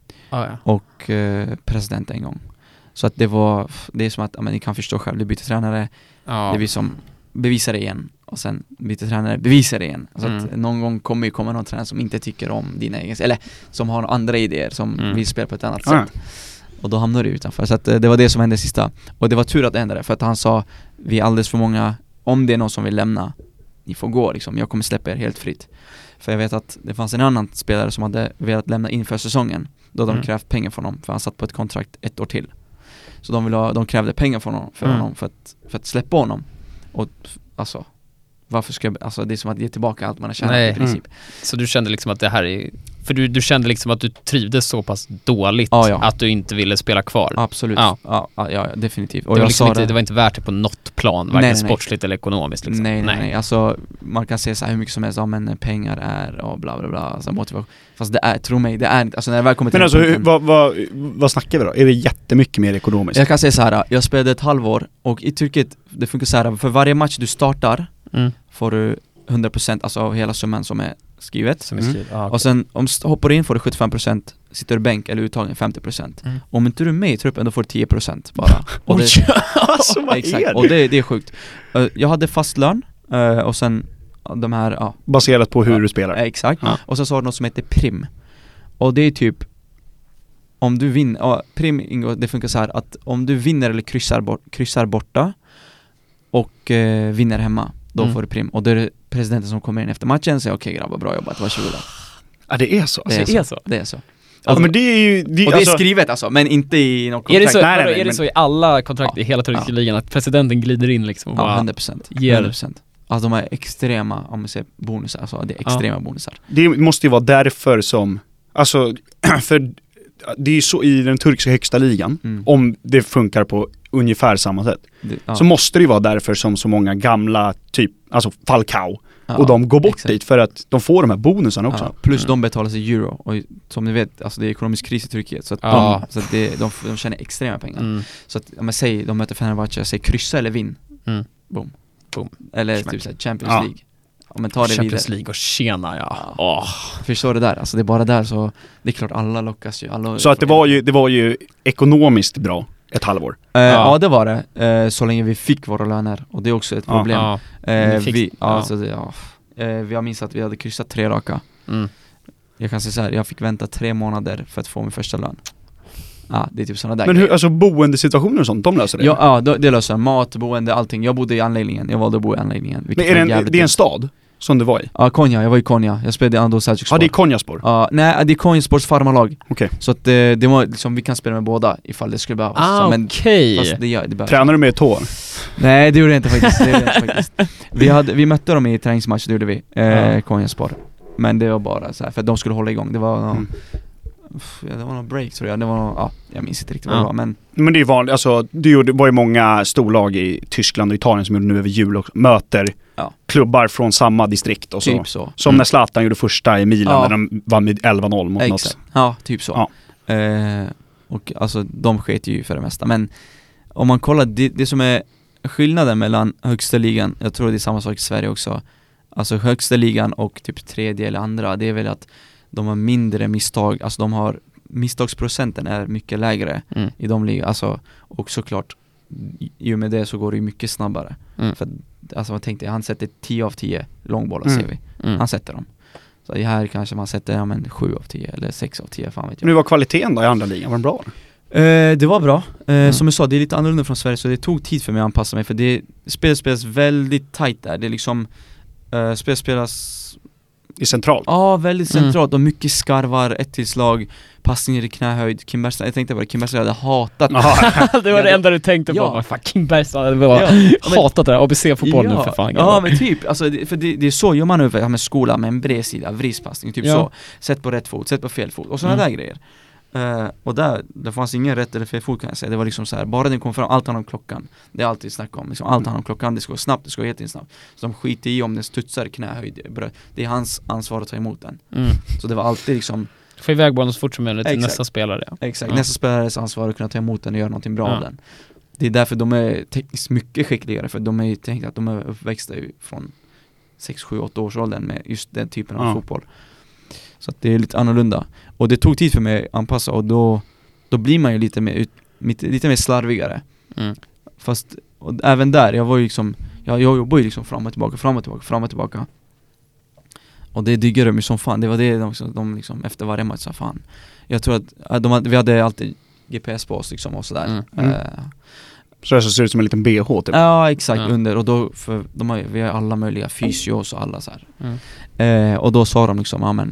Och president en gång. Så att det är som att ni kan förstå själv, du byter tränare. Det blir som bevisa det igen. Och sen byter tränare, bevisar det igen. Så att någon gång kommer någon tränare som inte tycker om dina egenskaper, eller som har andra idéer som vill spela på ett annat sätt. Och då hamnar du utanför. Så att det var det som hände sista. Och det var tur att det hände det, för att han sa, vi är alldeles för många, om det är någon som vill lämna, ni får gå liksom, jag kommer släppa er helt fritt. För jag vet att det fanns en annan spelare som hade velat lämna inför säsongen. Då de krävt pengar från honom, för han satt på ett kontrakt 1 år till. Så de krävde pengar från honom, för att släppa honom. Och alltså, varför ska det är som att ge tillbaka allt man har tjänat i princip. Så du kände liksom att det här är, för du kände liksom att du trivdes så pass dåligt att du inte ville spela kvar. Absolut. Ja, definitivt. Och det var liksom det var inte värt det på något plan, varken sportsligt eller ekonomiskt liksom. Nej. Alltså man kan säga så här hur mycket som helst, men pengar är och bla bla bla, alltså motivation. Fast det är, tro mig, det är inte, alltså när det väl kommer till. Men alltså vad snackar vi då? Är det jättemycket mer ekonomiskt? Jag kan säga så här, jag spelade ett halvår och i Turkiet det funkar så här, för varje match du startar får du 100%, alltså av hela summan som är skrivet. Och sen om hoppar du in får du 75%, sitter du bänk eller uttagen 50%. Om inte du är med i truppen då får du 10% bara. Och det, alltså, vad exakt, är det? Och det är sjukt. Jag hade fast lön och sen de här baserat på hur du spelar. Exakt. Och sen så har du något som heter prim. Och det är typ om du vinner, prim, det funkar så här att om du vinner eller kryssar borta och vinner hemma, då får du prim. Och då är det presidenten som kommer in efter matchen och säger okej grabbar, bra jobbat, varsågoda. Ja, det är så. Det är så. Alltså, men det är ju och det är skrivet alltså, men inte i något kontrakt. Är det så i alla kontrakt i hela turkiska ligan att presidenten glider in liksom och bara 100%. Alltså de är extrema, om man säger bonusar, alltså det är extrema bonusar. Det måste ju vara därför som, alltså för det är ju så i den turkiska högsta ligan, om det funkar på ungefär samma sätt, så måste det ju vara därför som så många gamla typ, alltså Falcao och de går bort dit för att de får de här bonusarna också. Plus de betalar sig euro, och som ni vet, alltså det är ekonomisk kris i Turkiet, så att de tjänar extrema pengar. Så att om jag säger, de möter Fenerbahce, jag säger kryssa eller vinn. Boom. Eller typ så här Champions League. men ta det vidare. Champions League och tjena, ja. Förstår det där, alltså det är bara där, så det är klart alla lockas ju. Så att det var ju ekonomiskt bra ett halvår. Ja, det var det, så länge vi fick våra löner, och det är också ett problem. Jag minns att vi hade kryssat 3 raka. Jag kan säga så här, jag fick vänta 3 månader för att få min första lön. Det är typ sådana där. Men hur, alltså boendesituationer och sånt, de löser det? Ja, det löser mat, boende, allting. Jag bodde i anläggningen, jag valde att bo i anläggningen. Men det är en stad som du var i? Ja, Konya, jag var i Konya. Jag spelade i Ando Selçukspor. Ja, det är Konyaspor? Nej, det är Konyaspors farmarlag. Okej. Så att det var liksom, vi kan spela med båda ifall det skulle behövas. Okej. Tränar du med tår? Nej, det gjorde jag inte faktiskt. Vi mötte dem i träningsmatch, det gjorde vi. Konyaspor. Men det var bara så här, för att de skulle hålla igång. Det var det var någon break, tror jag. Det var jag minns inte riktigt vad det var, men det är vanligt, alltså det var ju många storlag i Tyskland och Italien som gjorde nu över jul och möter klubbar från samma distrikt och typ så. Som när Zlatan gjorde första i Milan när de vann med 11-0 mot något. Ja, typ så. Och alltså de sket ju för det mesta, men om man kollar det som är skillnaden mellan högsta ligan, jag tror det är samma sak i Sverige också. Alltså högsta ligan och typ tredje eller andra, det är väl att de har mindre misstag, alltså de har misstagsprocenten är mycket lägre i de ligor, alltså, och såklart i och med det så går det ju mycket snabbare. För alltså man tänkte, han sätter 10 av 10 långbollar ser vi. Han sätter dem. Så här kanske man sätter 7 av 10 eller 6 av 10, fan vet jag. Men hur var kvaliteten då i andra ligan? Var den bra? Det var bra. Som jag sa, det är lite annorlunda från Sverige, så det tog tid för mig att anpassa mig, för det spelas väldigt tight där. Det är liksom spelas i centralt. Ja, väldigt centralt och mycket skarvar, ett tillslag, passningar i knähöjd. Kim Bergstrand, jag tänkte bara Kim Bergstrand hade hatat. Det var det enda du tänkte på. Fan, Kim Bergstrand hatat det där ABC-fotboll nu för fan. Ja, men typ, alltså, för det är så gör man över med skola med en bred sida, vrispassning, typ så. Sätt på rätt fot, sätt på fel fot och sådana där grejer. Och det fanns ingen rätt eller fel fot, kan jag säga. Det var liksom så här, bara den kom fram, allt handlar om klockan. Det är alltid snack om, liksom, allt handlar om klockan. Det ska gå snabbt, det ska gå helt snabbt. Så de skiter i om den studsar knähöjd. Det är hans ansvar att ta emot den. Så det var alltid liksom, få iväg bollen så fort som möjligt till nästa spelare. Exakt, nästa spelares ansvar att kunna ta emot den och göra någonting bra av den. Det är därför de är tekniskt mycket skickligare, för de är ju tänkt att de är uppväxta från 6, 7, 8 års åldern med just den typen av fotboll. Så att det är lite annorlunda. Och det tog tid för mig att anpassa, och då blir man ju lite mer slarvigare. Fast och även där, jag var ju liksom, jag jobbar ju liksom fram och tillbaka. Och det dyggade mig som fan. Det var det de liksom efter varje match sa, fan. Jag tror att vi hade alltid GPS på oss liksom och sådär. Så det ser ut som en liten BH typ. Ja, exakt, under. Och då, för vi har alla möjliga fysios och alla så här. Och då sa de liksom,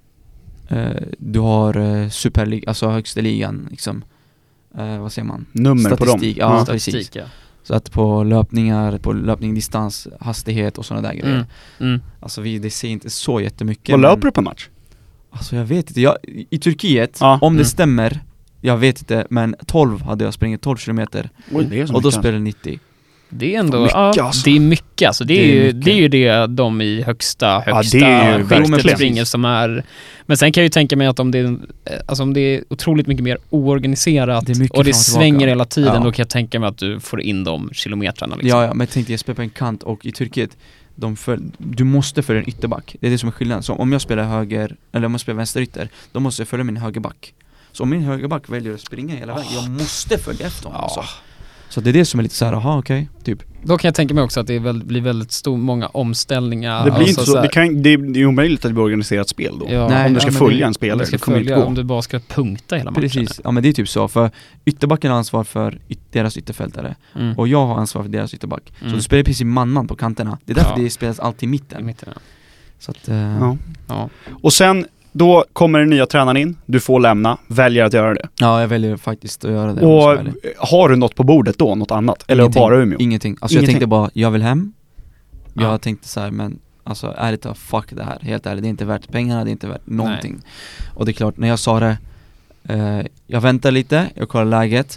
du har Superliga, alltså högsta ligan liksom, vad säger man? Nummer statistik, på dem. Statistik, ja. Så att på löpningar, på löpningsdistans, hastighet och sådana där grejer. Alltså det ser inte så jättemycket. Vad löper du på match? Alltså jag vet inte, i Turkiet, om det stämmer, jag vet inte, men 12 hade jag sprungit 12 kilometer. Oj, det är så och då mycket. spelade 90. Det är ändå mycket, alltså. Det är mycket, alltså. Det är ju det de i högsta skiktet springer som är. Men sen kan jag ju tänka mig att om det är otroligt mycket mer oorganiserat och det svänger hela tiden, då kan jag tänka mig att du får in de kilometrarna liksom. Ja, men tänk dig, jag spelar på en kant, och i Turkiet du måste följa en ytterback. Det är det som är skillnaden. Så om jag spelar höger, eller om jag spelar vänsterytter, då måste jag följa min högerback. Så om min högerback väljer att springa hela vägen, jag måste följa efter honom. Så det är det som är lite så här, okej, typ. Då kan jag tänka mig också att det blir väldigt många omställningar. Det blir inte så, det är omöjligt att det blir organiserat spel då. Ja. Om du ska följa en spelare, det kommer inte gå. Om du bara ska punkta hela matchen. Precis, ja men det är typ så. För ytterbacken har ansvar för deras ytterfältare. Och jag har ansvar för deras ytterback. Så du spelar precis man på kanterna. Det är därför det spelas alltid i mitten. Så att, Och sen då kommer den nya tränaren in, du får lämna, väljer att göra det. Ja, jag väljer faktiskt att göra det. Och har du något på bordet då, något annat? Eller bara Umeå? Ingenting. Alltså jag tänkte bara, jag vill hem. Jag tänkte så här, men alltså ärligt talat, fuck det här. Helt ärligt, det är inte värt pengarna, det är inte värt någonting. Nej. Och det är klart, när jag sa det, jag väntar lite, jag kollar läget.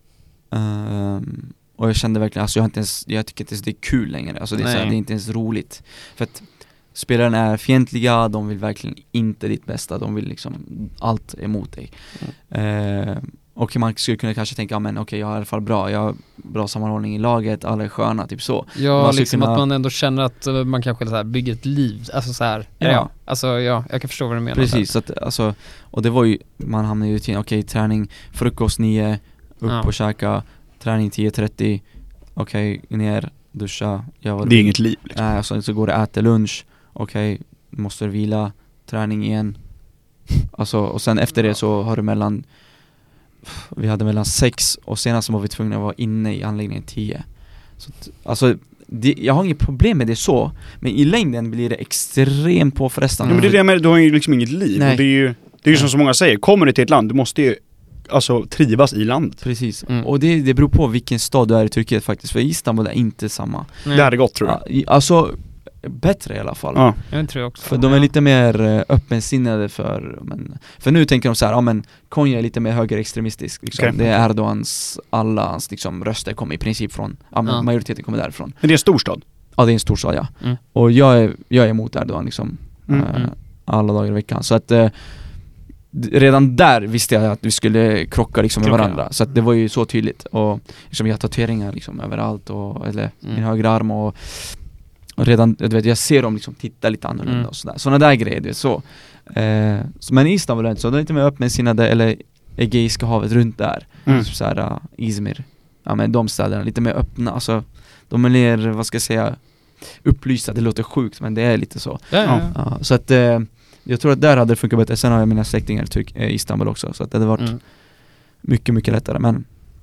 Och jag kände verkligen, alltså jag tycker inte ens det är kul längre. Alltså det är, så här, det är inte ens roligt. För att spelarna är fientliga, de vill verkligen inte ditt bästa, de vill liksom allt emot dig. Och man skulle kunna kanske tänka, men okej, jag är i alla fall bra. Jag har bra sammanhållning i laget, alla är sköna, typ så. Ja, man liksom kunna... att man ändå känner att man kanske så här bygger ett liv. Alltså så här. Ja. Alltså jag kan förstå vad du menar. Precis, så att, alltså, och det var ju, man hamnade ju till, okej, träning, frukost 9, upp och käka, träning 10:30, okej, ner, duscha. Det är inget liv. Liksom. Så går det äta lunch, okej, måste du vila, träning igen. Alltså, och sen efter det så har du vi hade mellan 6 och senast var vi tvungna att vara inne i anläggningen 10. Så alltså, jag har inget problem med det så, men i längden blir det extremt påfrestande. Ja, men det är det med, du har ju liksom inget liv. Och det är ju som så många säger, kommer du till ett land, du måste ju alltså trivas i landet. Precis, och det beror på vilken stad du är i Turkiet faktiskt, för Istanbul är inte samma. Det hade gått, tror jag. Alltså, bättre i alla fall. Ja. Jag tror också. För de är lite mer öppensinnade för nu tänker de så här, men Konya är lite mer högerextremistisk liksom. Okay. Det är Erdogans, alla hans liksom röster kommer i princip från, majoriteten kommer därifrån. Men det är en storstad? Ja, det är en storstad, ja. Och jag är emot Erdogan liksom alla dagar i veckan. Så att redan där visste jag att vi skulle krocka liksom med varandra. Så att det var ju så tydligt. Och liksom, jag har tatueringar liksom överallt eller min högra arm och redan, du vet, jag ser dem liksom titta lite annorlunda och sådär. Sådana där grejer, det är så. Men i Istanbul är det inte så. Det är lite mer öppensinnade, eller Egeiska havet runt där. Så här, Izmir. Ja, men de städerna, lite mer öppna. Alltså, de är mer, vad ska jag säga, upplysta. Det låter sjukt, men det är lite så. Ja, så att jag tror att där hade det funkat bättre. Sen har jag mina släktingar i Istanbul också. Så att det hade varit mycket, mycket lättare. Men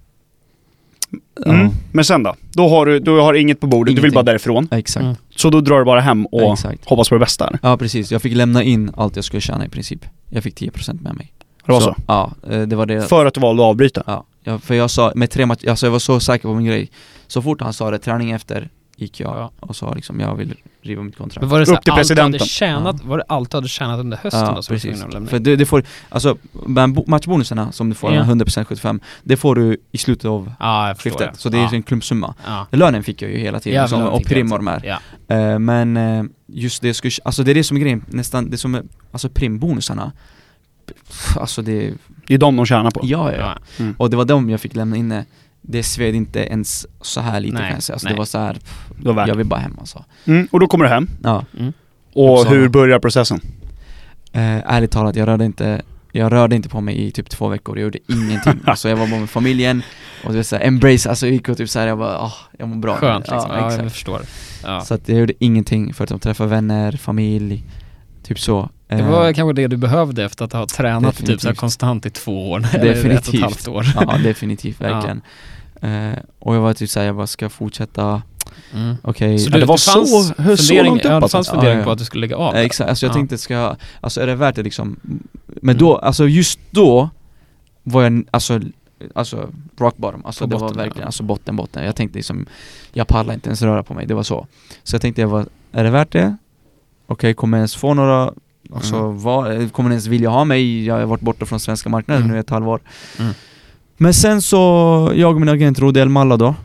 men sen då? Du har inget på bordet, du vill bara därifrån. Exakt. Så då drar du bara hem och hoppas på det bästa. Ja, precis. Jag fick lämna in allt jag skulle tjäna i princip. Jag fick 10% med mig. Det var så? Ja, det var det. För att du valde att avbryta? Ja, för jag sa med 3 matcher, alltså jag var så säker på min grej. Så fort han sa det, träning efter, gick jag och sa liksom, jag vill riva mitt kontrakt. Men var det så upp till presidenten? Var det allt du hade tjänat under hösten? Ja, då, precis. För det får, alltså matchbonuserna som du får, 100% 75, det får du i slutet av skiftet. Så det är en klumpsumma. Lönen fick jag ju hela tiden, liksom, och prim och de här. Men just det, alltså det är det som är grejen, nästan det som är, alltså primbonusarna, alltså det är de tjänar på. Ja. Och det var de jag fick lämna inne. Det sved inte ens så här lite, kan jag säga. Alltså det var så här, jag vill bara hem alltså. Och då kommer du hem. Ja. Och hur börjar processen? Ärligt talat, jag rörde inte på mig i typ 2 veckor. Jag gjorde ingenting. Alltså jag var bara med familjen och det var så här, embrace, alltså jag gick och typ så här, jag bara, jag mår bra. Skönt liksom. Ja, jag förstår. Ja. Så att jag gjorde ingenting för att träffa vänner, familj, typ så. Det var kanske det du behövde efter att ha tränat typ så här konstant i 2 år. Definitivt. Eller 1,5 år. Ja, definitivt, verkligen. Och jag var typ såhär, jag bara ska fortsätta. Okej. Så det var så långt upp. Det fanns fundering på att du skulle lägga av. Exakt, alltså jag tänkte alltså är det värt det liksom. Men då, alltså just då var jag alltså rock bottom. Alltså på det botten, var verkligen alltså botten. Jag tänkte liksom, jag pallar inte ens röra på mig, det var så. Så jag tänkte, är det värt det? Okej, kommer jag ens få några, alltså kommer jag ens vilja ha mig? Jag har varit borta från svenska marknaden nu 1 halvår. Men sen så, jag och min agent Rudi El Malla då,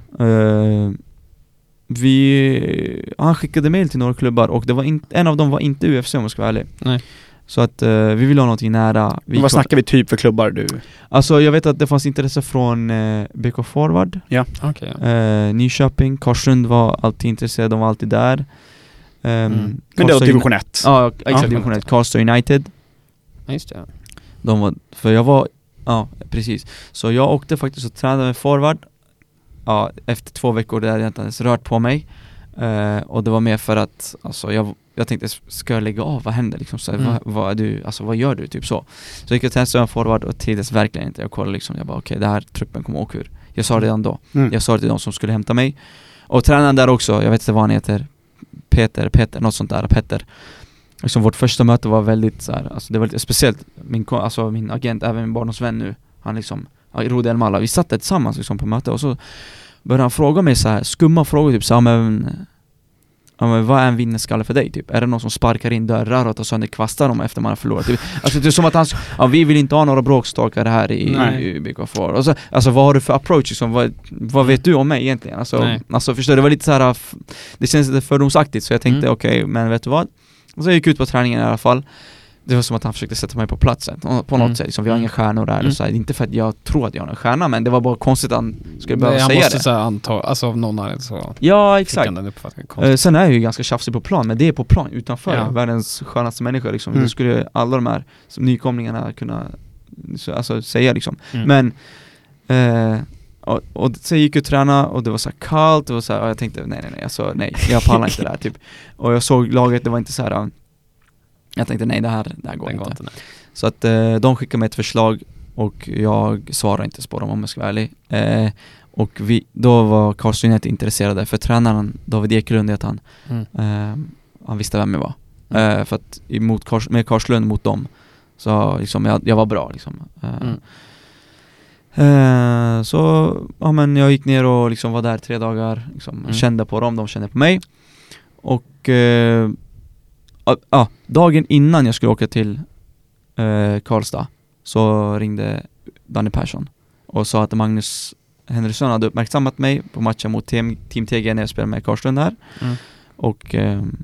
han skickade mail till några klubbar och det var en av dem var inte UFC, om jag ska vara ärlig. Nej. Så att vi vill ha någonting nära. Vad snackar vi typ för klubbar du? Alltså jag vet att det fanns intresse från BK Forward. Ja. Okay. Nyköping, Karsund var alltid intresserad, de var alltid där. Men det var division 1. Ja, exakt, division 1. Karlstad United. Just det. De var, för jag var, ja precis. Så jag åkte faktiskt och tränade med Forward. Ja, efter 2 veckor där hade jag inte ens rört på mig. Och det var mer för att alltså jag tänkte, ska jag lägga av? Vad händer liksom? Så, vad gör du? Typ så. Så jag gick och testade en Forward och trivdes verkligen inte. Jag kollade liksom, jag bara okej, det här truppen kommer åka ur. Jag sa det redan då. Jag sa det till de som skulle hämta mig. Och tränaren där också, jag vet inte vad han heter. Peter, något sånt där, Petter. Liksom vårt första möte var väldigt så här, alltså det var lite speciellt. Min agent, även min barndomsvän nu, han liksom, Rudi El Malla, vi satt där tillsammans liksom på möte och så började han fråga mig så här, skumma frågor typ så här, men vad är en vinnarskalle för dig typ? Är det någon som sparkar in dörrar och tar sönder kvastar dem efter man har förlorat? Typ. Alltså det är som att vi vill inte ha några bråkstakare här i BK4. Och så, alltså vad har du för approach liksom? Vad vet du om mig egentligen? Alltså förstår du, det var lite så här, det känns lite fördomsaktigt, så jag tänkte okej, men vet du vad? Och så jag gick ut på träningen i alla fall. det var som att han försökte sätta mig på platsen på något sätt. Liksom, vi har inga stjärnor där. Så här, inte för att jag tror att jag har en stjärna, men det var bara konstigt att han skulle behöva säga det. Han måste så anta, alltså av någon anledning så... Ja, exakt. Sen är jag ju ganska tjafsig på plan, men det är på plan utanför världens skönaste människa. Liksom. Det skulle alla de här nykomlingarna kunna säga liksom. Men och så gick jag och träna och det var så här kallt, det var så här, och jag tänkte nej, jag pallar inte där typ. Och jag såg laget, det var inte så här. Jag tänkte nej, det här går inte. Så att de skickade mig ett förslag och jag svarade inte på dem om jag ska vara ärlig. Och då var Karlsson inte intresserade, för tränaren David Ekelund att han visste vem jag var. För att med Karlslund mot dem så liksom jag var bra liksom. Så ja, men jag gick ner och liksom var där 3 dagar liksom, kände på dem, de kände på mig. Och dagen innan jag skulle åka till Karlstad så ringde Danny Persson och sa att Magnus Henriksson hade uppmärksammat mig på matchen mot Team TG när jag spelade med Karlslund där. Och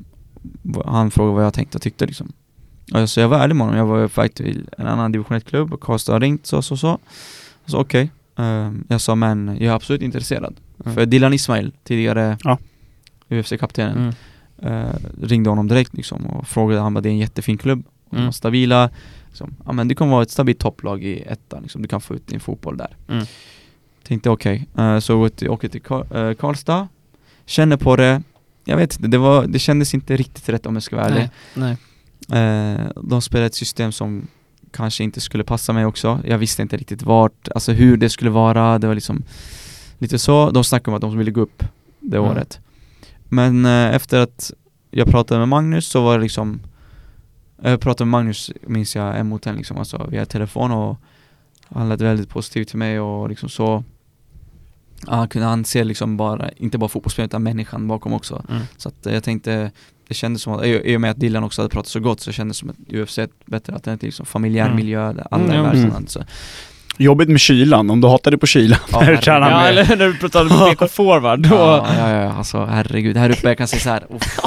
han frågade vad jag tänkte och tyckte liksom. Och så jag var ärlig med honom, jag var faktiskt till en annan division 1-klubb och Karlstad har ringt så okej. Jag sa men jag är absolut intresserad. För Dylan Ismail, tidigare UFC-kaptenen, ringde honom direkt liksom, och frågade han, det är en jättefin klubb, stabila liksom, men du kan vara ett stabilt topplag i ettan liksom, du kan få ut din fotboll där. Tänkte okej. Så åkte till Karlstad, kände på det, jag vet inte, det kändes inte riktigt rätt om jag ska vara ärlig. Nej. De spelade ett system som kanske inte skulle passa mig också. Jag visste inte riktigt alltså hur det skulle vara. Det var liksom lite så. De snackade om att de ville gå upp det året. Men efter att jag pratade med Magnus så var det liksom, jag pratade med Magnus, minns jag, en mot en liksom, alltså via telefon, och han lät väldigt positivt till mig och liksom så. Han kunde anse liksom inte bara fotbollsspelet utan människan bakom också. Så att jag tänkte, det kändes som att, i och med att Dylan också hade pratat så gott, så kändes det som att UFC är ett bättre alternativ, liksom familjär miljö där alla är världsland. Så. Jobbigt med kylan, om du hatar det på kylan. Eller när du pratade med BK Forward. Ja, alltså herregud, här uppe jag kan säga så här.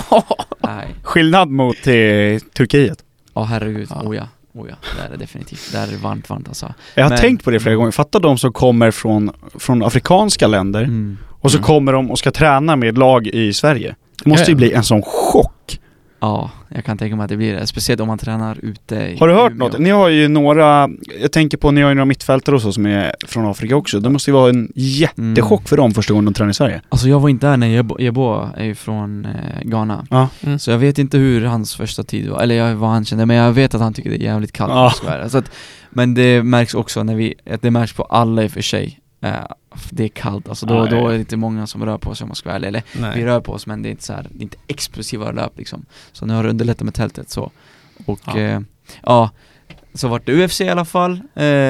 Skillnad mot Turkiet. Ja, herregud, ja, det är det definitivt. Det är varmt alltså. Jag har tänkt på det flera gånger. Fatta de som kommer från afrikanska länder och så kommer de och ska träna med lag i Sverige. Det måste ju bli en sån chock. Ja, jag kan tänka mig att det blir det. Speciellt om man tränar ute. Har du hört något? Ni har ju jag tänker på, ni har ju några mittfältare och så som är från Afrika också. Det måste ju vara en jättechock för dem första gången de tränar i Sverige. Alltså jag var inte där när Jebo är ju från Ghana. Så jag vet inte hur hans första tid var. Eller vad han kände. Men jag vet att han tycker det är jävligt kallt. Så att, men det märks också att det märks på alla i och för sig. Det är kallt, alltså då är det inte många som rör på sig om man ska vara ärlig. Eller vi rör på oss, men det är inte så här, det är inte explosiva löp liksom. Så nu har det underlättat med tältet så. Och så vart det UFC i alla fall.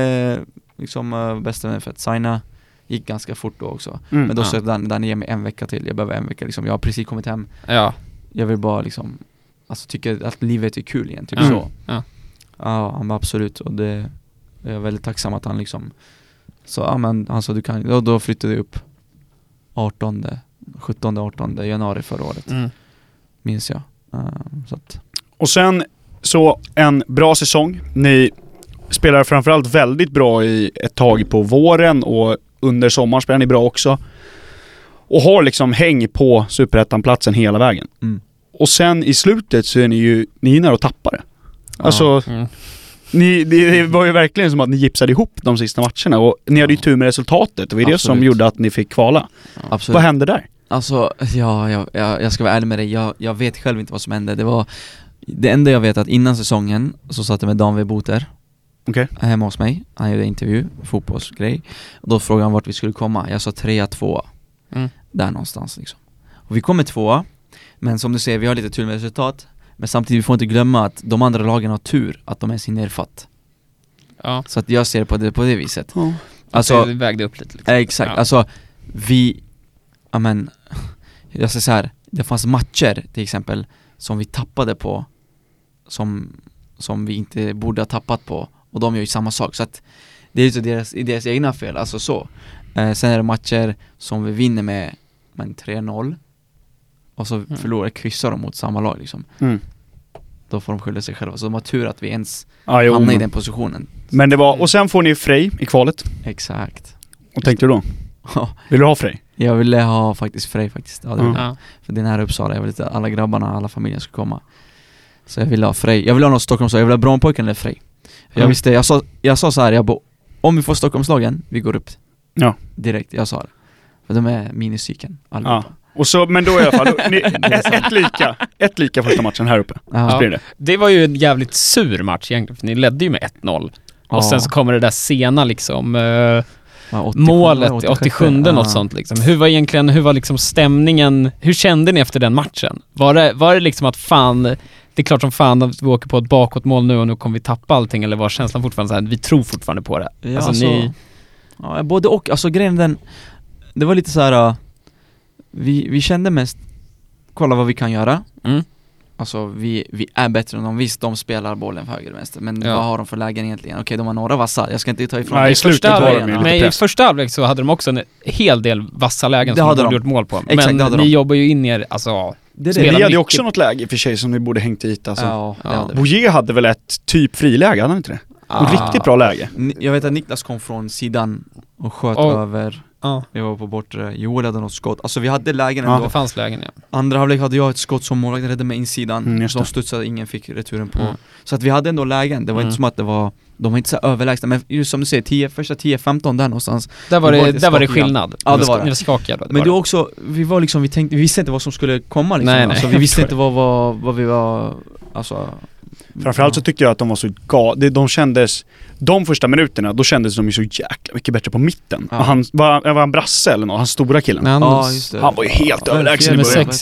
Liksom bästa vän för att signa gick ganska fort då också. Men då så den ger mig en vecka till. Jag behöver en vecka liksom. Jag har precis kommit hem. Jag vill bara liksom, alltså tycka att livet är kul igen, typ så. Ja, men absolut, och det jag är väldigt tacksam att han liksom. Så men han sa du kan, då flyttade jag upp 17-18 januari förra året. Minns jag. Så att. Och sen så en bra säsong. Ni spelar framförallt väldigt bra i ett tag på våren, och under sommaren spelar ni bra också. Och har liksom häng på Superettan-platsen hela vägen. Och sen i slutet så är ni nära att tappa det. Alltså det var ju verkligen som att ni gipsade ihop de sista matcherna, och ni hade ju tur med resultatet, och det är det som gjorde att ni fick kvala. Absolut. Vad hände där? Alltså, jag ska vara ärlig med dig, jag vet själv inte vad som hände. Det var det enda jag vet, att innan säsongen så satt jag med Dan V. Boter hemma hos mig. Han gjorde intervju, fotbollsgrej, och då frågade han vart vi skulle komma. Jag sa 3-2 där någonstans liksom. Och vi kommer 2, men som du säger, vi har lite tur med resultat. Men samtidigt får vi inte glömma att de andra lagen har tur att de är sin nerfatt. Ja. Så att jag ser på det viset. Alltså vi vägde upp lite liksom. Exakt. Alltså jag säger så här, det fanns matcher till exempel som vi tappade på, som vi inte borde ha tappat på, och de gör ju samma sak, så att det är ju deras egna fel, alltså så. Sen är det matcher som vi vinner med 3-0. Och så förlorar kryssar de mot samma lag liksom. då får de skylla sig själva. Så de har tur att vi ens jo, hamnar i den positionen. Men det var, och sen får ni Frej i kvalet. Exakt. Och tänkte du då? Vill du ha Frej? Jag ville ha faktiskt Frej faktiskt. Ja, det ville. Ja. För det är nära Uppsala. Jag ville att alla grabbarna, alla familjer ska komma. Så jag ville ha Frej. Jag ville ha något Stockholmslag. Jag ville ha Brommapojken eller Frej. Jag visste, jag sa så här, jag bara, om vi får Stockholmslagen, vi går upp. Ja. Direkt, jag sa det. För de är minicykeln. Ja. Och så, men då i alla fall, ett lika första matchen här uppe. Ja. Det var ju en jävligt sur match egentligen, för ni ledde ju med 1-0. Och sen så kommer det där sena liksom målet 87 något sånt liksom. Hur var liksom stämningen? Hur kände ni efter den matchen? Var det liksom att fan, det är klart som fan att vi åker på ett bakåtmål nu och nu kommer vi tappa allting, eller var känslan fortfarande så här, vi tror fortfarande på det? Ja, alltså både och, alltså grejen det var lite så här, vi kände mest, kolla vad vi kan göra. Alltså vi är bättre än dem. Visst, de spelar bollen för höger och vänster, men vad har de för lägen egentligen? Okej, de har några vassa. Jag ska inte ta ifrån. Nej, i första halvlek så hade de också en hel del vassa lägen som de hade gjort mål på. Exakt, men ni jobbar ju in er, alltså ni hade ju också något läge i och för sig som ni borde hängt hit alltså. Boje hade väl ett typ friläge, hade han inte det? Ett riktigt bra läge. Jag vet att Niklas kom från sidan och sköt över. Vi var på bortre. Joel hade något skott. Alltså vi hade lägen ändå. Det fanns lägen, ja. Andra halvlek hade jag ett skott som målvakten räddade med insidan. Som studsade, ingen fick returen på. Så att vi hade ändå lägen. Det var inte som att det var, de var inte så överlägsna. Men just som du säger, första 10-15 där någonstans. Där var det skillnad. Ja, det var det. Ni var skakiga då. Men då också, vi var liksom, vi visste inte vad som skulle komma liksom. Nej. Alltså, vi visste inte vad vi var, alltså. Framförallt så tyckte jag att de var så de kändes, de första minuterna, då kändes de ju så jäkla mycket bättre på mitten. Och han var en brasse eller något, han stora killen. Just det. Han var ju helt överlägsen i början.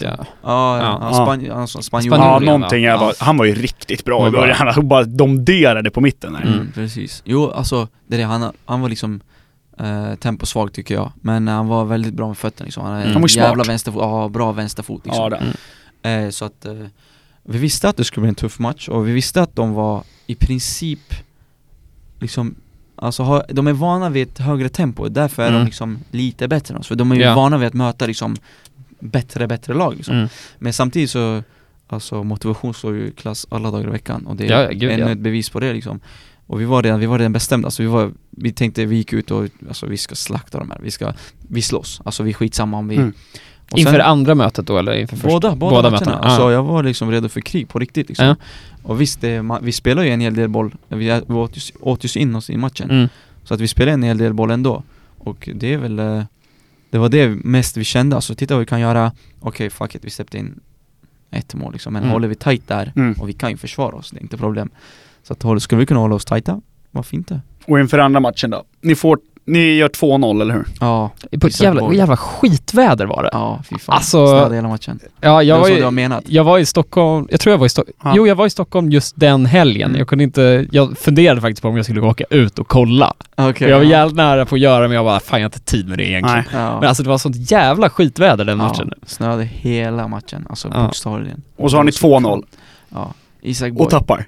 Spanjor. Ja, någonting. Han var ju riktigt bra i början. Han bara domderade på mitten där. Precis. Jo, alltså han var liksom temposvag tycker jag, men han var väldigt bra med fötterna liksom. Han är en jävla vänsterfot, bra vänsterfot liksom. Så att vi visste att det skulle bli en tuff match, och vi visste att de var i princip liksom, alltså de är vana vid ett högre tempo, därför är de liksom lite bättre än oss, för de är ju vana vid att möta liksom bättre lag liksom. Men samtidigt så, alltså motivation står ju klass alla dagar i veckan, och det är ännu ett bevis på det liksom. Och vi var redan bestämda, alltså vi tänkte, vi gick ut och alltså vi ska slakta de här, vi slåss, alltså vi skitsamma om vi inför andra mötet då, eller inför första? Båda mötena. Alltså jag var liksom redo för krig på riktigt liksom. Och visst, vi spelar ju en hel del boll. Vi åt ju in oss i matchen. Så att vi spelar en hel del boll ändå. Och det är väl, det var det mest vi kände. Alltså titta vad vi kan göra. Okej, fuck it, vi släppte in ett mål liksom. Men håller vi tight där, och vi kan ju försvara oss, det är inte problem. Så att skulle vi kunna hålla oss tighta, varför inte? Och inför andra matchen då? Ni gör 2-0, eller hur? Ja. På ett jävla skitväder var det. Ja, fy fan. Alltså, snöade hela matchen. Ja, jag var i Stockholm. Jag tror jag var i Stockholm. Jo, jag var i Stockholm just den helgen. Jag funderade faktiskt på om jag skulle åka ut och kolla. Okay, jag var jävligt nära på att göra, men jag bara, fan, jag har inte tid med det egentligen. Men alltså det var sånt jävla skitväder den matchen. Snöade hela matchen, alltså bokstavligen. Och så har ni 2-0. Ja. Isak Boy. Och tappar.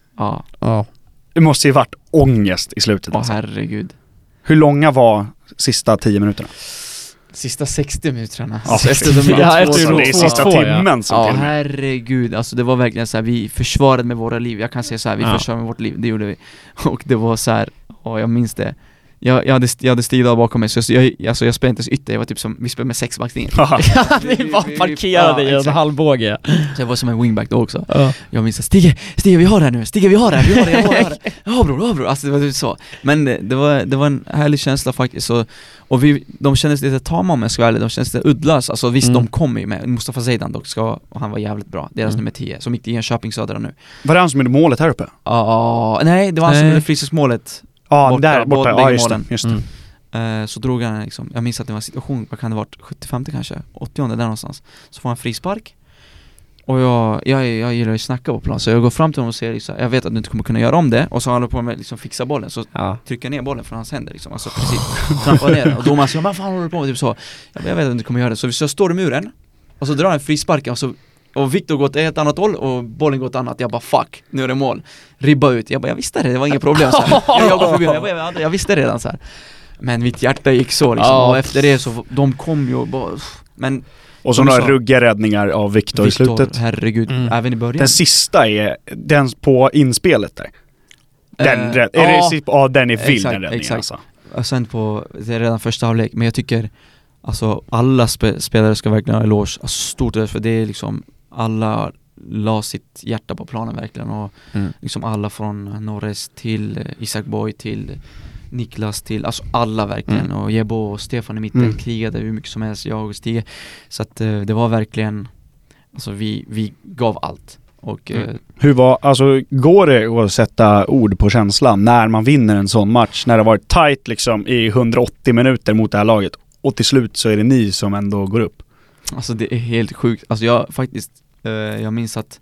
Ja. Det måste ju varit ångest i slutet. Alltså. Herregud. Hur långa var sista 10 minuterna? Sista 60 minuterna. Efter det är sista timmen som till. Herregud, alltså det var verkligen så här, vi försvarade med våra liv. Jag kan säga så här, vi försvarade med vårt liv, det gjorde vi. Och det var så här, jag minns det. Jag hade Stig där bakom mig, så jag spelade inte så ytter. Jag var typ som, vi spelade med 6-backning. Vi bara parkerade i en halvbåge. Så jag var som en wingback då också. Jag minns att Stig, vi har det här nu. Stig, vi har det här. Ja bror. Alltså det var typ så. Men det var en härlig känsla faktiskt. Och de kändes lite tama, om jag ska vara ärlig. De kändes lite uddlösa. Alltså visst, de kom ju med Mustafa Zeidan dock, och han var jävligt bra. Deras nummer 10, som gick till Enköping Södra nu. Var det han som gjorde målet här uppe? Nej, det var han som gjorde frisparksmålet. Borta. Just det. Så drog han liksom, jag minns att det var en situation, vad kan det varit, 75 kanske, 80 där någonstans. Så får han frispark. Och jag gillar ju snacka på plan, så jag går fram till honom och säger liksom, jag vet att du inte kommer kunna göra om det. Och så håller på med liksom fixa bollen, så trycker jag ner bollen från hans händer liksom, alltså precis trampar ner den. Och domaren säger, vad fan håller du på med, typ så. Jag vet att du inte kommer göra det. Så jag står i muren, och så drar han frisparken, och Victor går åt ett annat håll och bollen går åt annat. Jag bara, fuck, nu är det mål. Ribba ut. Jag bara, jag visste det var inga problem så här. Jag går förbi, jag visste redan så här. Men mitt hjärta gick så liksom. Och efter det så, de kom ju och bara, men Och så några ruggiga räddningar av Victor i slutet. Herregud, även i början. Den sista är den på inspelet där. Den är vild, den räddningen alltså. Och sen det är redan första halvlek, men jag tycker alltså alla spelare ska verkligen ha eloge, alltså stort, för det är liksom alla la sitt hjärta på planen verkligen, och liksom alla från Norres till Isak Boy till Niklas till, alltså alla verkligen, och Jebo och Stefan i mitten krigade hur mycket som helst, jag och Stig, så att det var verkligen, alltså vi gav allt. Och hur går det att sätta ord på känslan när man vinner en sån match, när det har varit tight liksom i 180 minuter mot det här laget, och till slut så är det ni som ändå går upp? Alltså det är helt sjukt. Alltså jag minns att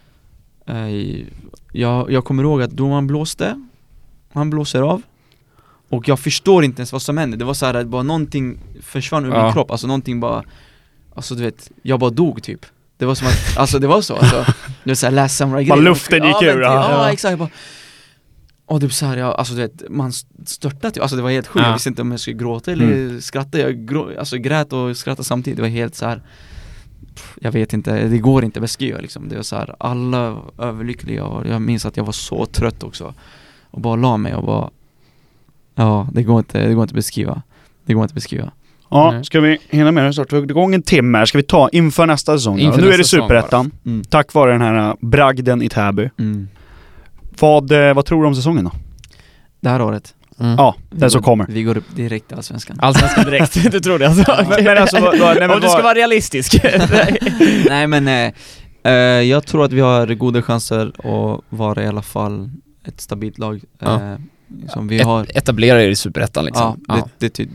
jag kommer ihåg att då han blåser av, och jag förstår inte ens vad som hände. Det var så här att bara någonting försvann ur min kropp, alltså någonting bara, alltså du vet, jag bara dog typ. Det var som att, alltså det var så, alltså det var så här Last Samurai grejer. Luften gick ur. Ja, exakt. Och det var så här, alltså du vet, man störtade, alltså det var helt sjukt. Jag visste inte om jag skulle gråta eller skratta. Jag grät och skrattade samtidigt. Det var helt så här, jag vet inte, det går inte att beskriva liksom. Det var så här, alla överlyckliga, och jag minns att jag var så trött också, och bara la mig och bara, ja, det går inte att beskriva. Det går inte att beskriva. Ja, ska vi hinna med det snart? Vi har igång en timme här. Ska vi ta inför nästa säsong? Nu är det Superettan. Tack vare den här bragden i Täby. Vad tror du om säsongen då? Det här året? Ja, den som kommer. Vi går upp direkt till Allsvenskan. Allsvenskan direkt, du tror det alltså? Men alltså, om du ska vara realistisk. Nej, men jag tror att vi har goda chanser att vara i alla fall ett stabilt lag. Som vi har etablerar er i Superettan liksom. Ja,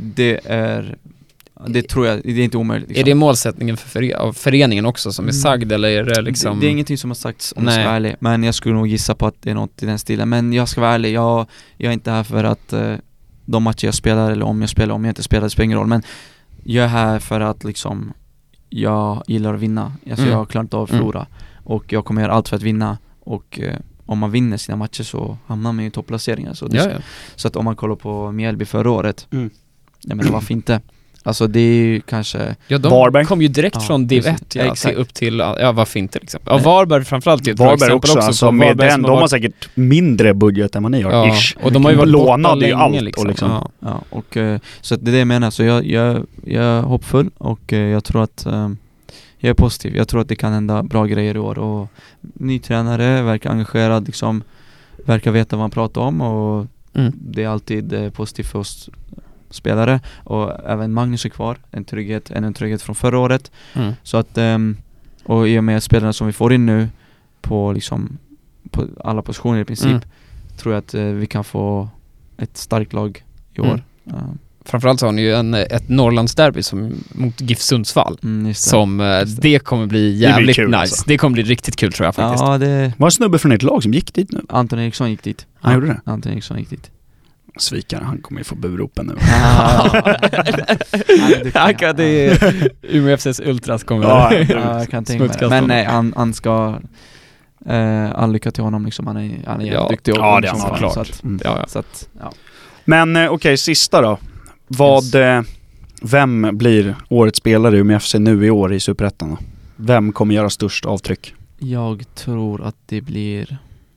det tror jag, det är inte omöjligt liksom. Är det målsättningen för föreningen också som är sagd, eller är det liksom... Det är ingenting som har sagts, om jag ska vara ärlig, men jag skulle nog gissa på att det är något i den stilen. Men jag ska vara ärlig, jag är inte här för att de matcher jag spelar, eller om jag inte spelar, det spelar ingen roll, men jag är här för att liksom, jag gillar att vinna. Alltså jag klarar inte av att förlora, och jag kommer göra allt för att vinna, och om man vinner sina matcher så hamnar man i topplaceringar. Så att om man kollar på Mjällby förra året, jag menar, varför inte? Alltså det är ju kanske... Ja, de Varberg kom ju direkt från Div 1 upp till... Ja, varför inte liksom? Ja, Varberg framförallt är ett bra exempel också. Alltså, med den, de har säkert mindre budget än vad ni har. Ja, och de har ju varit lånade ju allt. Liksom. Och liksom. Ja, och så det är det jag menar. Så jag är hoppfull, och jag tror att... jag är positiv. Jag tror att det kan hända bra grejer i år, och ny tränare verkar engagerad liksom, verkar veta vad man pratar om, och det är alltid positivt för oss spelare, och även Magnus är kvar, en trygghet från förra året. Så att och i och med spelarna som vi får in nu på liksom på alla positioner i princip, tror jag att vi kan få ett starkt lag i år. Framförallt så har ni ju ett Norrlandsderby som mot GIF Sundsvall, det kommer bli jävligt kul, nice. alltså. Det kommer bli riktigt kul, tror jag faktiskt. Ja, det var en snubbe från ett lag som gick dit nu. Anton Eriksson gick dit. Han gjorde det? Anton Eriksson gick dit. Svikare, han kommer ju få buropen nu. Umeå FC:s Ultras kommer. Jag kan tänka mig. Men nej, han ska all lycka till honom liksom. Han är jätteduktig. Ja, det är han klart. Så att, ja. Men okej, sista då. Vem blir årets spelare i Umeå FC nu i år i Superettan då? Vem kommer göra störst avtryck? Jag tror att det blir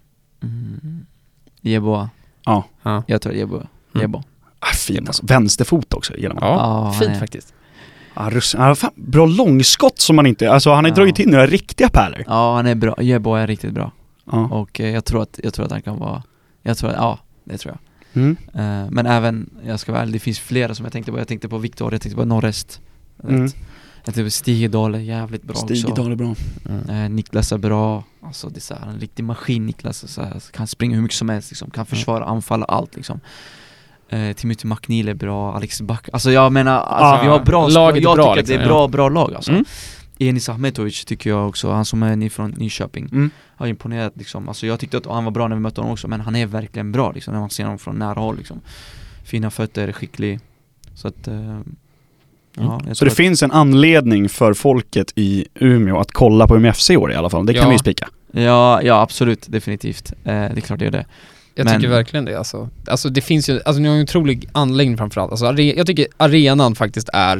Jeboa. Ja. Jag tror Jebo. Fin alltså. Vänsterfot också gillar man. Ja, fint faktiskt. Fan, bra långskott som man inte... Alltså han har dragit in några riktiga pärlor. Ja, han är bra. Jebo är riktigt bra. Och jag tror att han kan vara... det tror jag. Men även, jag ska väl, det finns flera som jag tänkte på. Jag tänkte på Victor, jag tänkte på Norrest. Jag tänkte på Stigedal är jävligt bra också. Stigedal är bra. Niklas är bra. Alltså det är så här, en riktig maskin Niklas. Så här, kan springa hur mycket som helst liksom. Kan försvara, anfalla, allt liksom. Timothy McNeil är bra. Alex Back. Alltså jag menar, vi har bra laget. Jag tycker liksom, att det är bra lag alltså. Enis Ahmetovic tycker jag också, han som är från Nyköping, har imponerat liksom. Alltså jag tyckte att han var bra när vi mötte honom också, men han är verkligen bra liksom, när man ser honom från nära håll liksom. Fina fötter, skicklig. Så att så det finns en anledning för folket i Umeå att kolla på Umeå FC i år i alla fall. Det kan vi spika. Ja, absolut, definitivt. Det är klart det är det. Jag tycker verkligen det alltså det finns ju, alltså ni har en otrolig anläggning framförallt. Alltså jag tycker arenan faktiskt är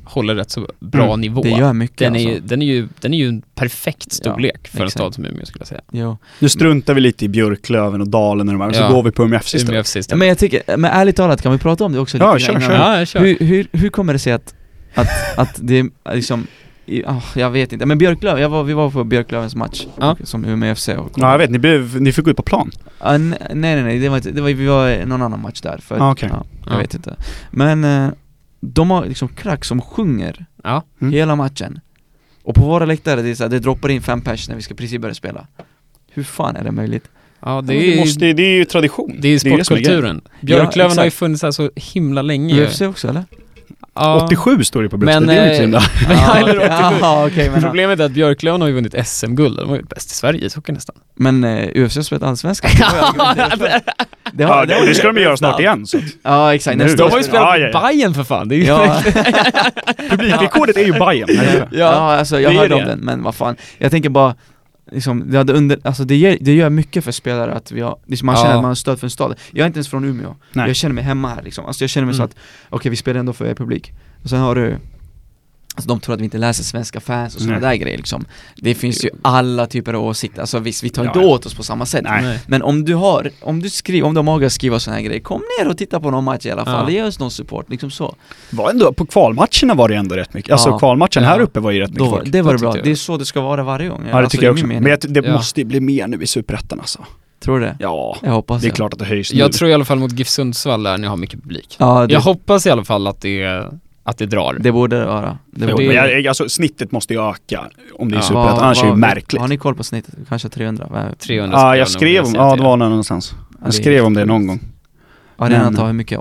håller rätt så bra nivå. Det gör mycket. Den är ju en perfekt storlek för en stad som Umeå, skulle jag säga. Jo. Nu struntar vi lite i Björklöven och Dalen och så går vi på Umeå FC istället. Men jag tycker, men ärligt talat, kan vi prata om det också? Ja, kör. Hur kommer det sig att det är liksom... jag vet inte, men Björklöven, vi var på Björklövens match som Umeå FC. Ja, jag vet, ni fick gå ut på plan. Nej, vi var någon annan match där för, jag vet inte. Men de har liksom Krack som sjunger hela matchen. Och på våra läktare, det är så här, det droppar in 5 pers när vi ska precis börja spela. Hur fan är det möjligt? Ja, det är ju tradition. Det är ju sportkulturen. Björklöven har ju funnits här så himla länge. UFC också, eller? 87 står det på bröstet, det är ju inte men problemet är att Björklöven har ju vunnit SM-guld. De var ju bäst i Sverige i socken nästan. Men UFC har spelat allsvenskan. Det ska de göra snart igen så. Ja, exakt. De har ju spelat Bayern för fan. Det är ju publikrekordet är ju Bayern. Ja, alltså jag hörde om den, men vad fan. Jag tänker bara liksom, det gör mycket för spelare att vi har, liksom man känner att man har stöd för en stad. Jag är inte ens från Umeå. Nej. Jag känner mig hemma här liksom. Alltså jag känner mig så att okej, vi spelar ändå för er publik. Och sen har du, alltså de tror att vi inte läser svenska fans och sådana där grejer liksom. Det finns ju alla typer av åsikter. Alltså visst, vi tar inte åt oss på samma sätt. Nej. Men om du har mag att skriva sådana här grejer, kom ner och titta på någon match i alla fall. Ge oss någon support, liksom så. Var ändå, på kvalmatcherna var det ändå rätt mycket. Alltså kvalmatchen här uppe var ju rätt mycket folk. Det var det bra. Det är så det ska vara varje gång. Ja, det tycker jag också. Men det måste ju bli mer nu i Superettan alltså. Tror du det? Ja, jag hoppas det är klart att det höjs nu. Jag tror i alla fall mot GIF Sundsvall där ni har mycket publik. Ja, jag hoppas i alla fall att det drar. Det borde det vara. Alltså snittet måste ju öka om det är Superettan, annars är det ju märkligt. Har ni koll på snittet? Kanske 300? Ja, jag skrev om, det var någonstans. Jag skrev om det någon gång. Arenan tar hur mycket?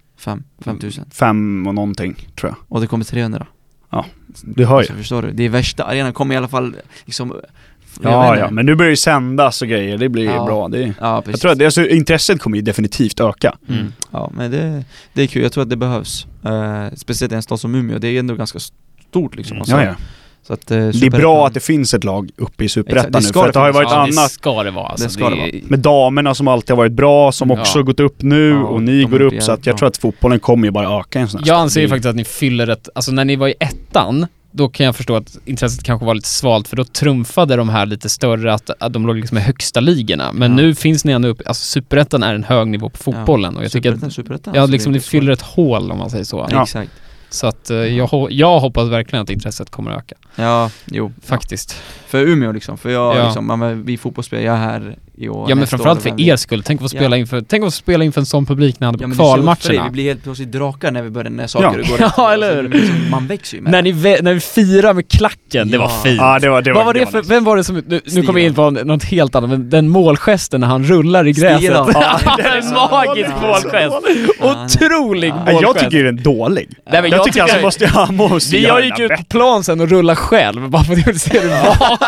5 000? 5 och någonting, tror jag. Och det kommer 300? Ja, det hör jag. Förstår du? Det är värsta. Arenan kommer i alla fall liksom... Ja, men nu börjar ju sändas och grejer. Det blir bra. Jag tror att intresset kommer ju definitivt öka. Ja, men det är kul. Jag tror att det behövs. Speciellt i en stad som Umeå. Det är ändå ganska stort liksom. Så att, det är bra att det finns ett lag uppe i Superettan nu. För att det har ju varit annat. Det ska det vara. Alltså, med damerna som alltid har varit bra, som också har gått upp nu och ni går upp. Så att jag tror att fotbollen kommer ju bara öka en sån här. Jag anser ju faktiskt att ni fyller ett... Alltså när ni var i ettan, då kan jag förstå att intresset kanske var lite svalt, för då trumfade de här lite större att de låg liksom i högsta ligorna. Men nu finns ni ändå upp, alltså Superettan är en hög nivå på fotbollen och jag tycker att liksom ni fyller ett hål, om man säger så. Ja. Exakt. Så att jag hoppas verkligen att intresset kommer att öka. Ja, jo. Faktiskt. För Umeå liksom, för jag liksom, vi fotbollsspelare, jag är här i år. Ja, men framförallt för er skull. Tänk att få spela inför en sån publik när på kvalmatcherna. Vi blir helt plötsligt drakar när vi börjar, när saker går rätt. Ja, eller hur? Liksom, man växer ju med. När vi firar med klacken, det var fint. Ja, det var vad var det för, vem var det som, nu kommer vi in på något helt annat, men den målgesten när han rullar i gräset. Det är en magisk målgest. Otrolig målgest. Jag tycker den är dålig. Nej, men jag tycker alltså jag gick ut på plan sen och rullade själv bara för att jag ville se det var.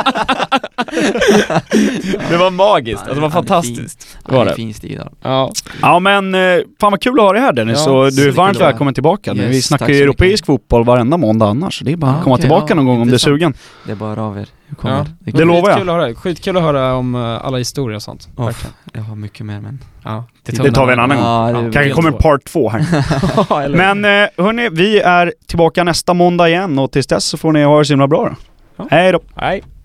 Det var magiskt, alltså det var fantastiskt. Det var det. Fin stil. Ja, men fan vad kul att ha dig här, Dennis. Så du är varmt välkommen tillbaka. Yes, vi snackar ju europeisk fotboll varenda måndag annars. Det är bara att komma tillbaka någon gång om du är sugen. Det är bara av er. Det lovar jag. Skitkul att höra om alla historier och sånt. Jag har mycket mer, men det tar vi en annan gång. Kanske kommer en part 2 här. Men hörni, vi är tillbaka nästa måndag igen och tills dess så får ni ha det så himla bra då. Hej då. Hej.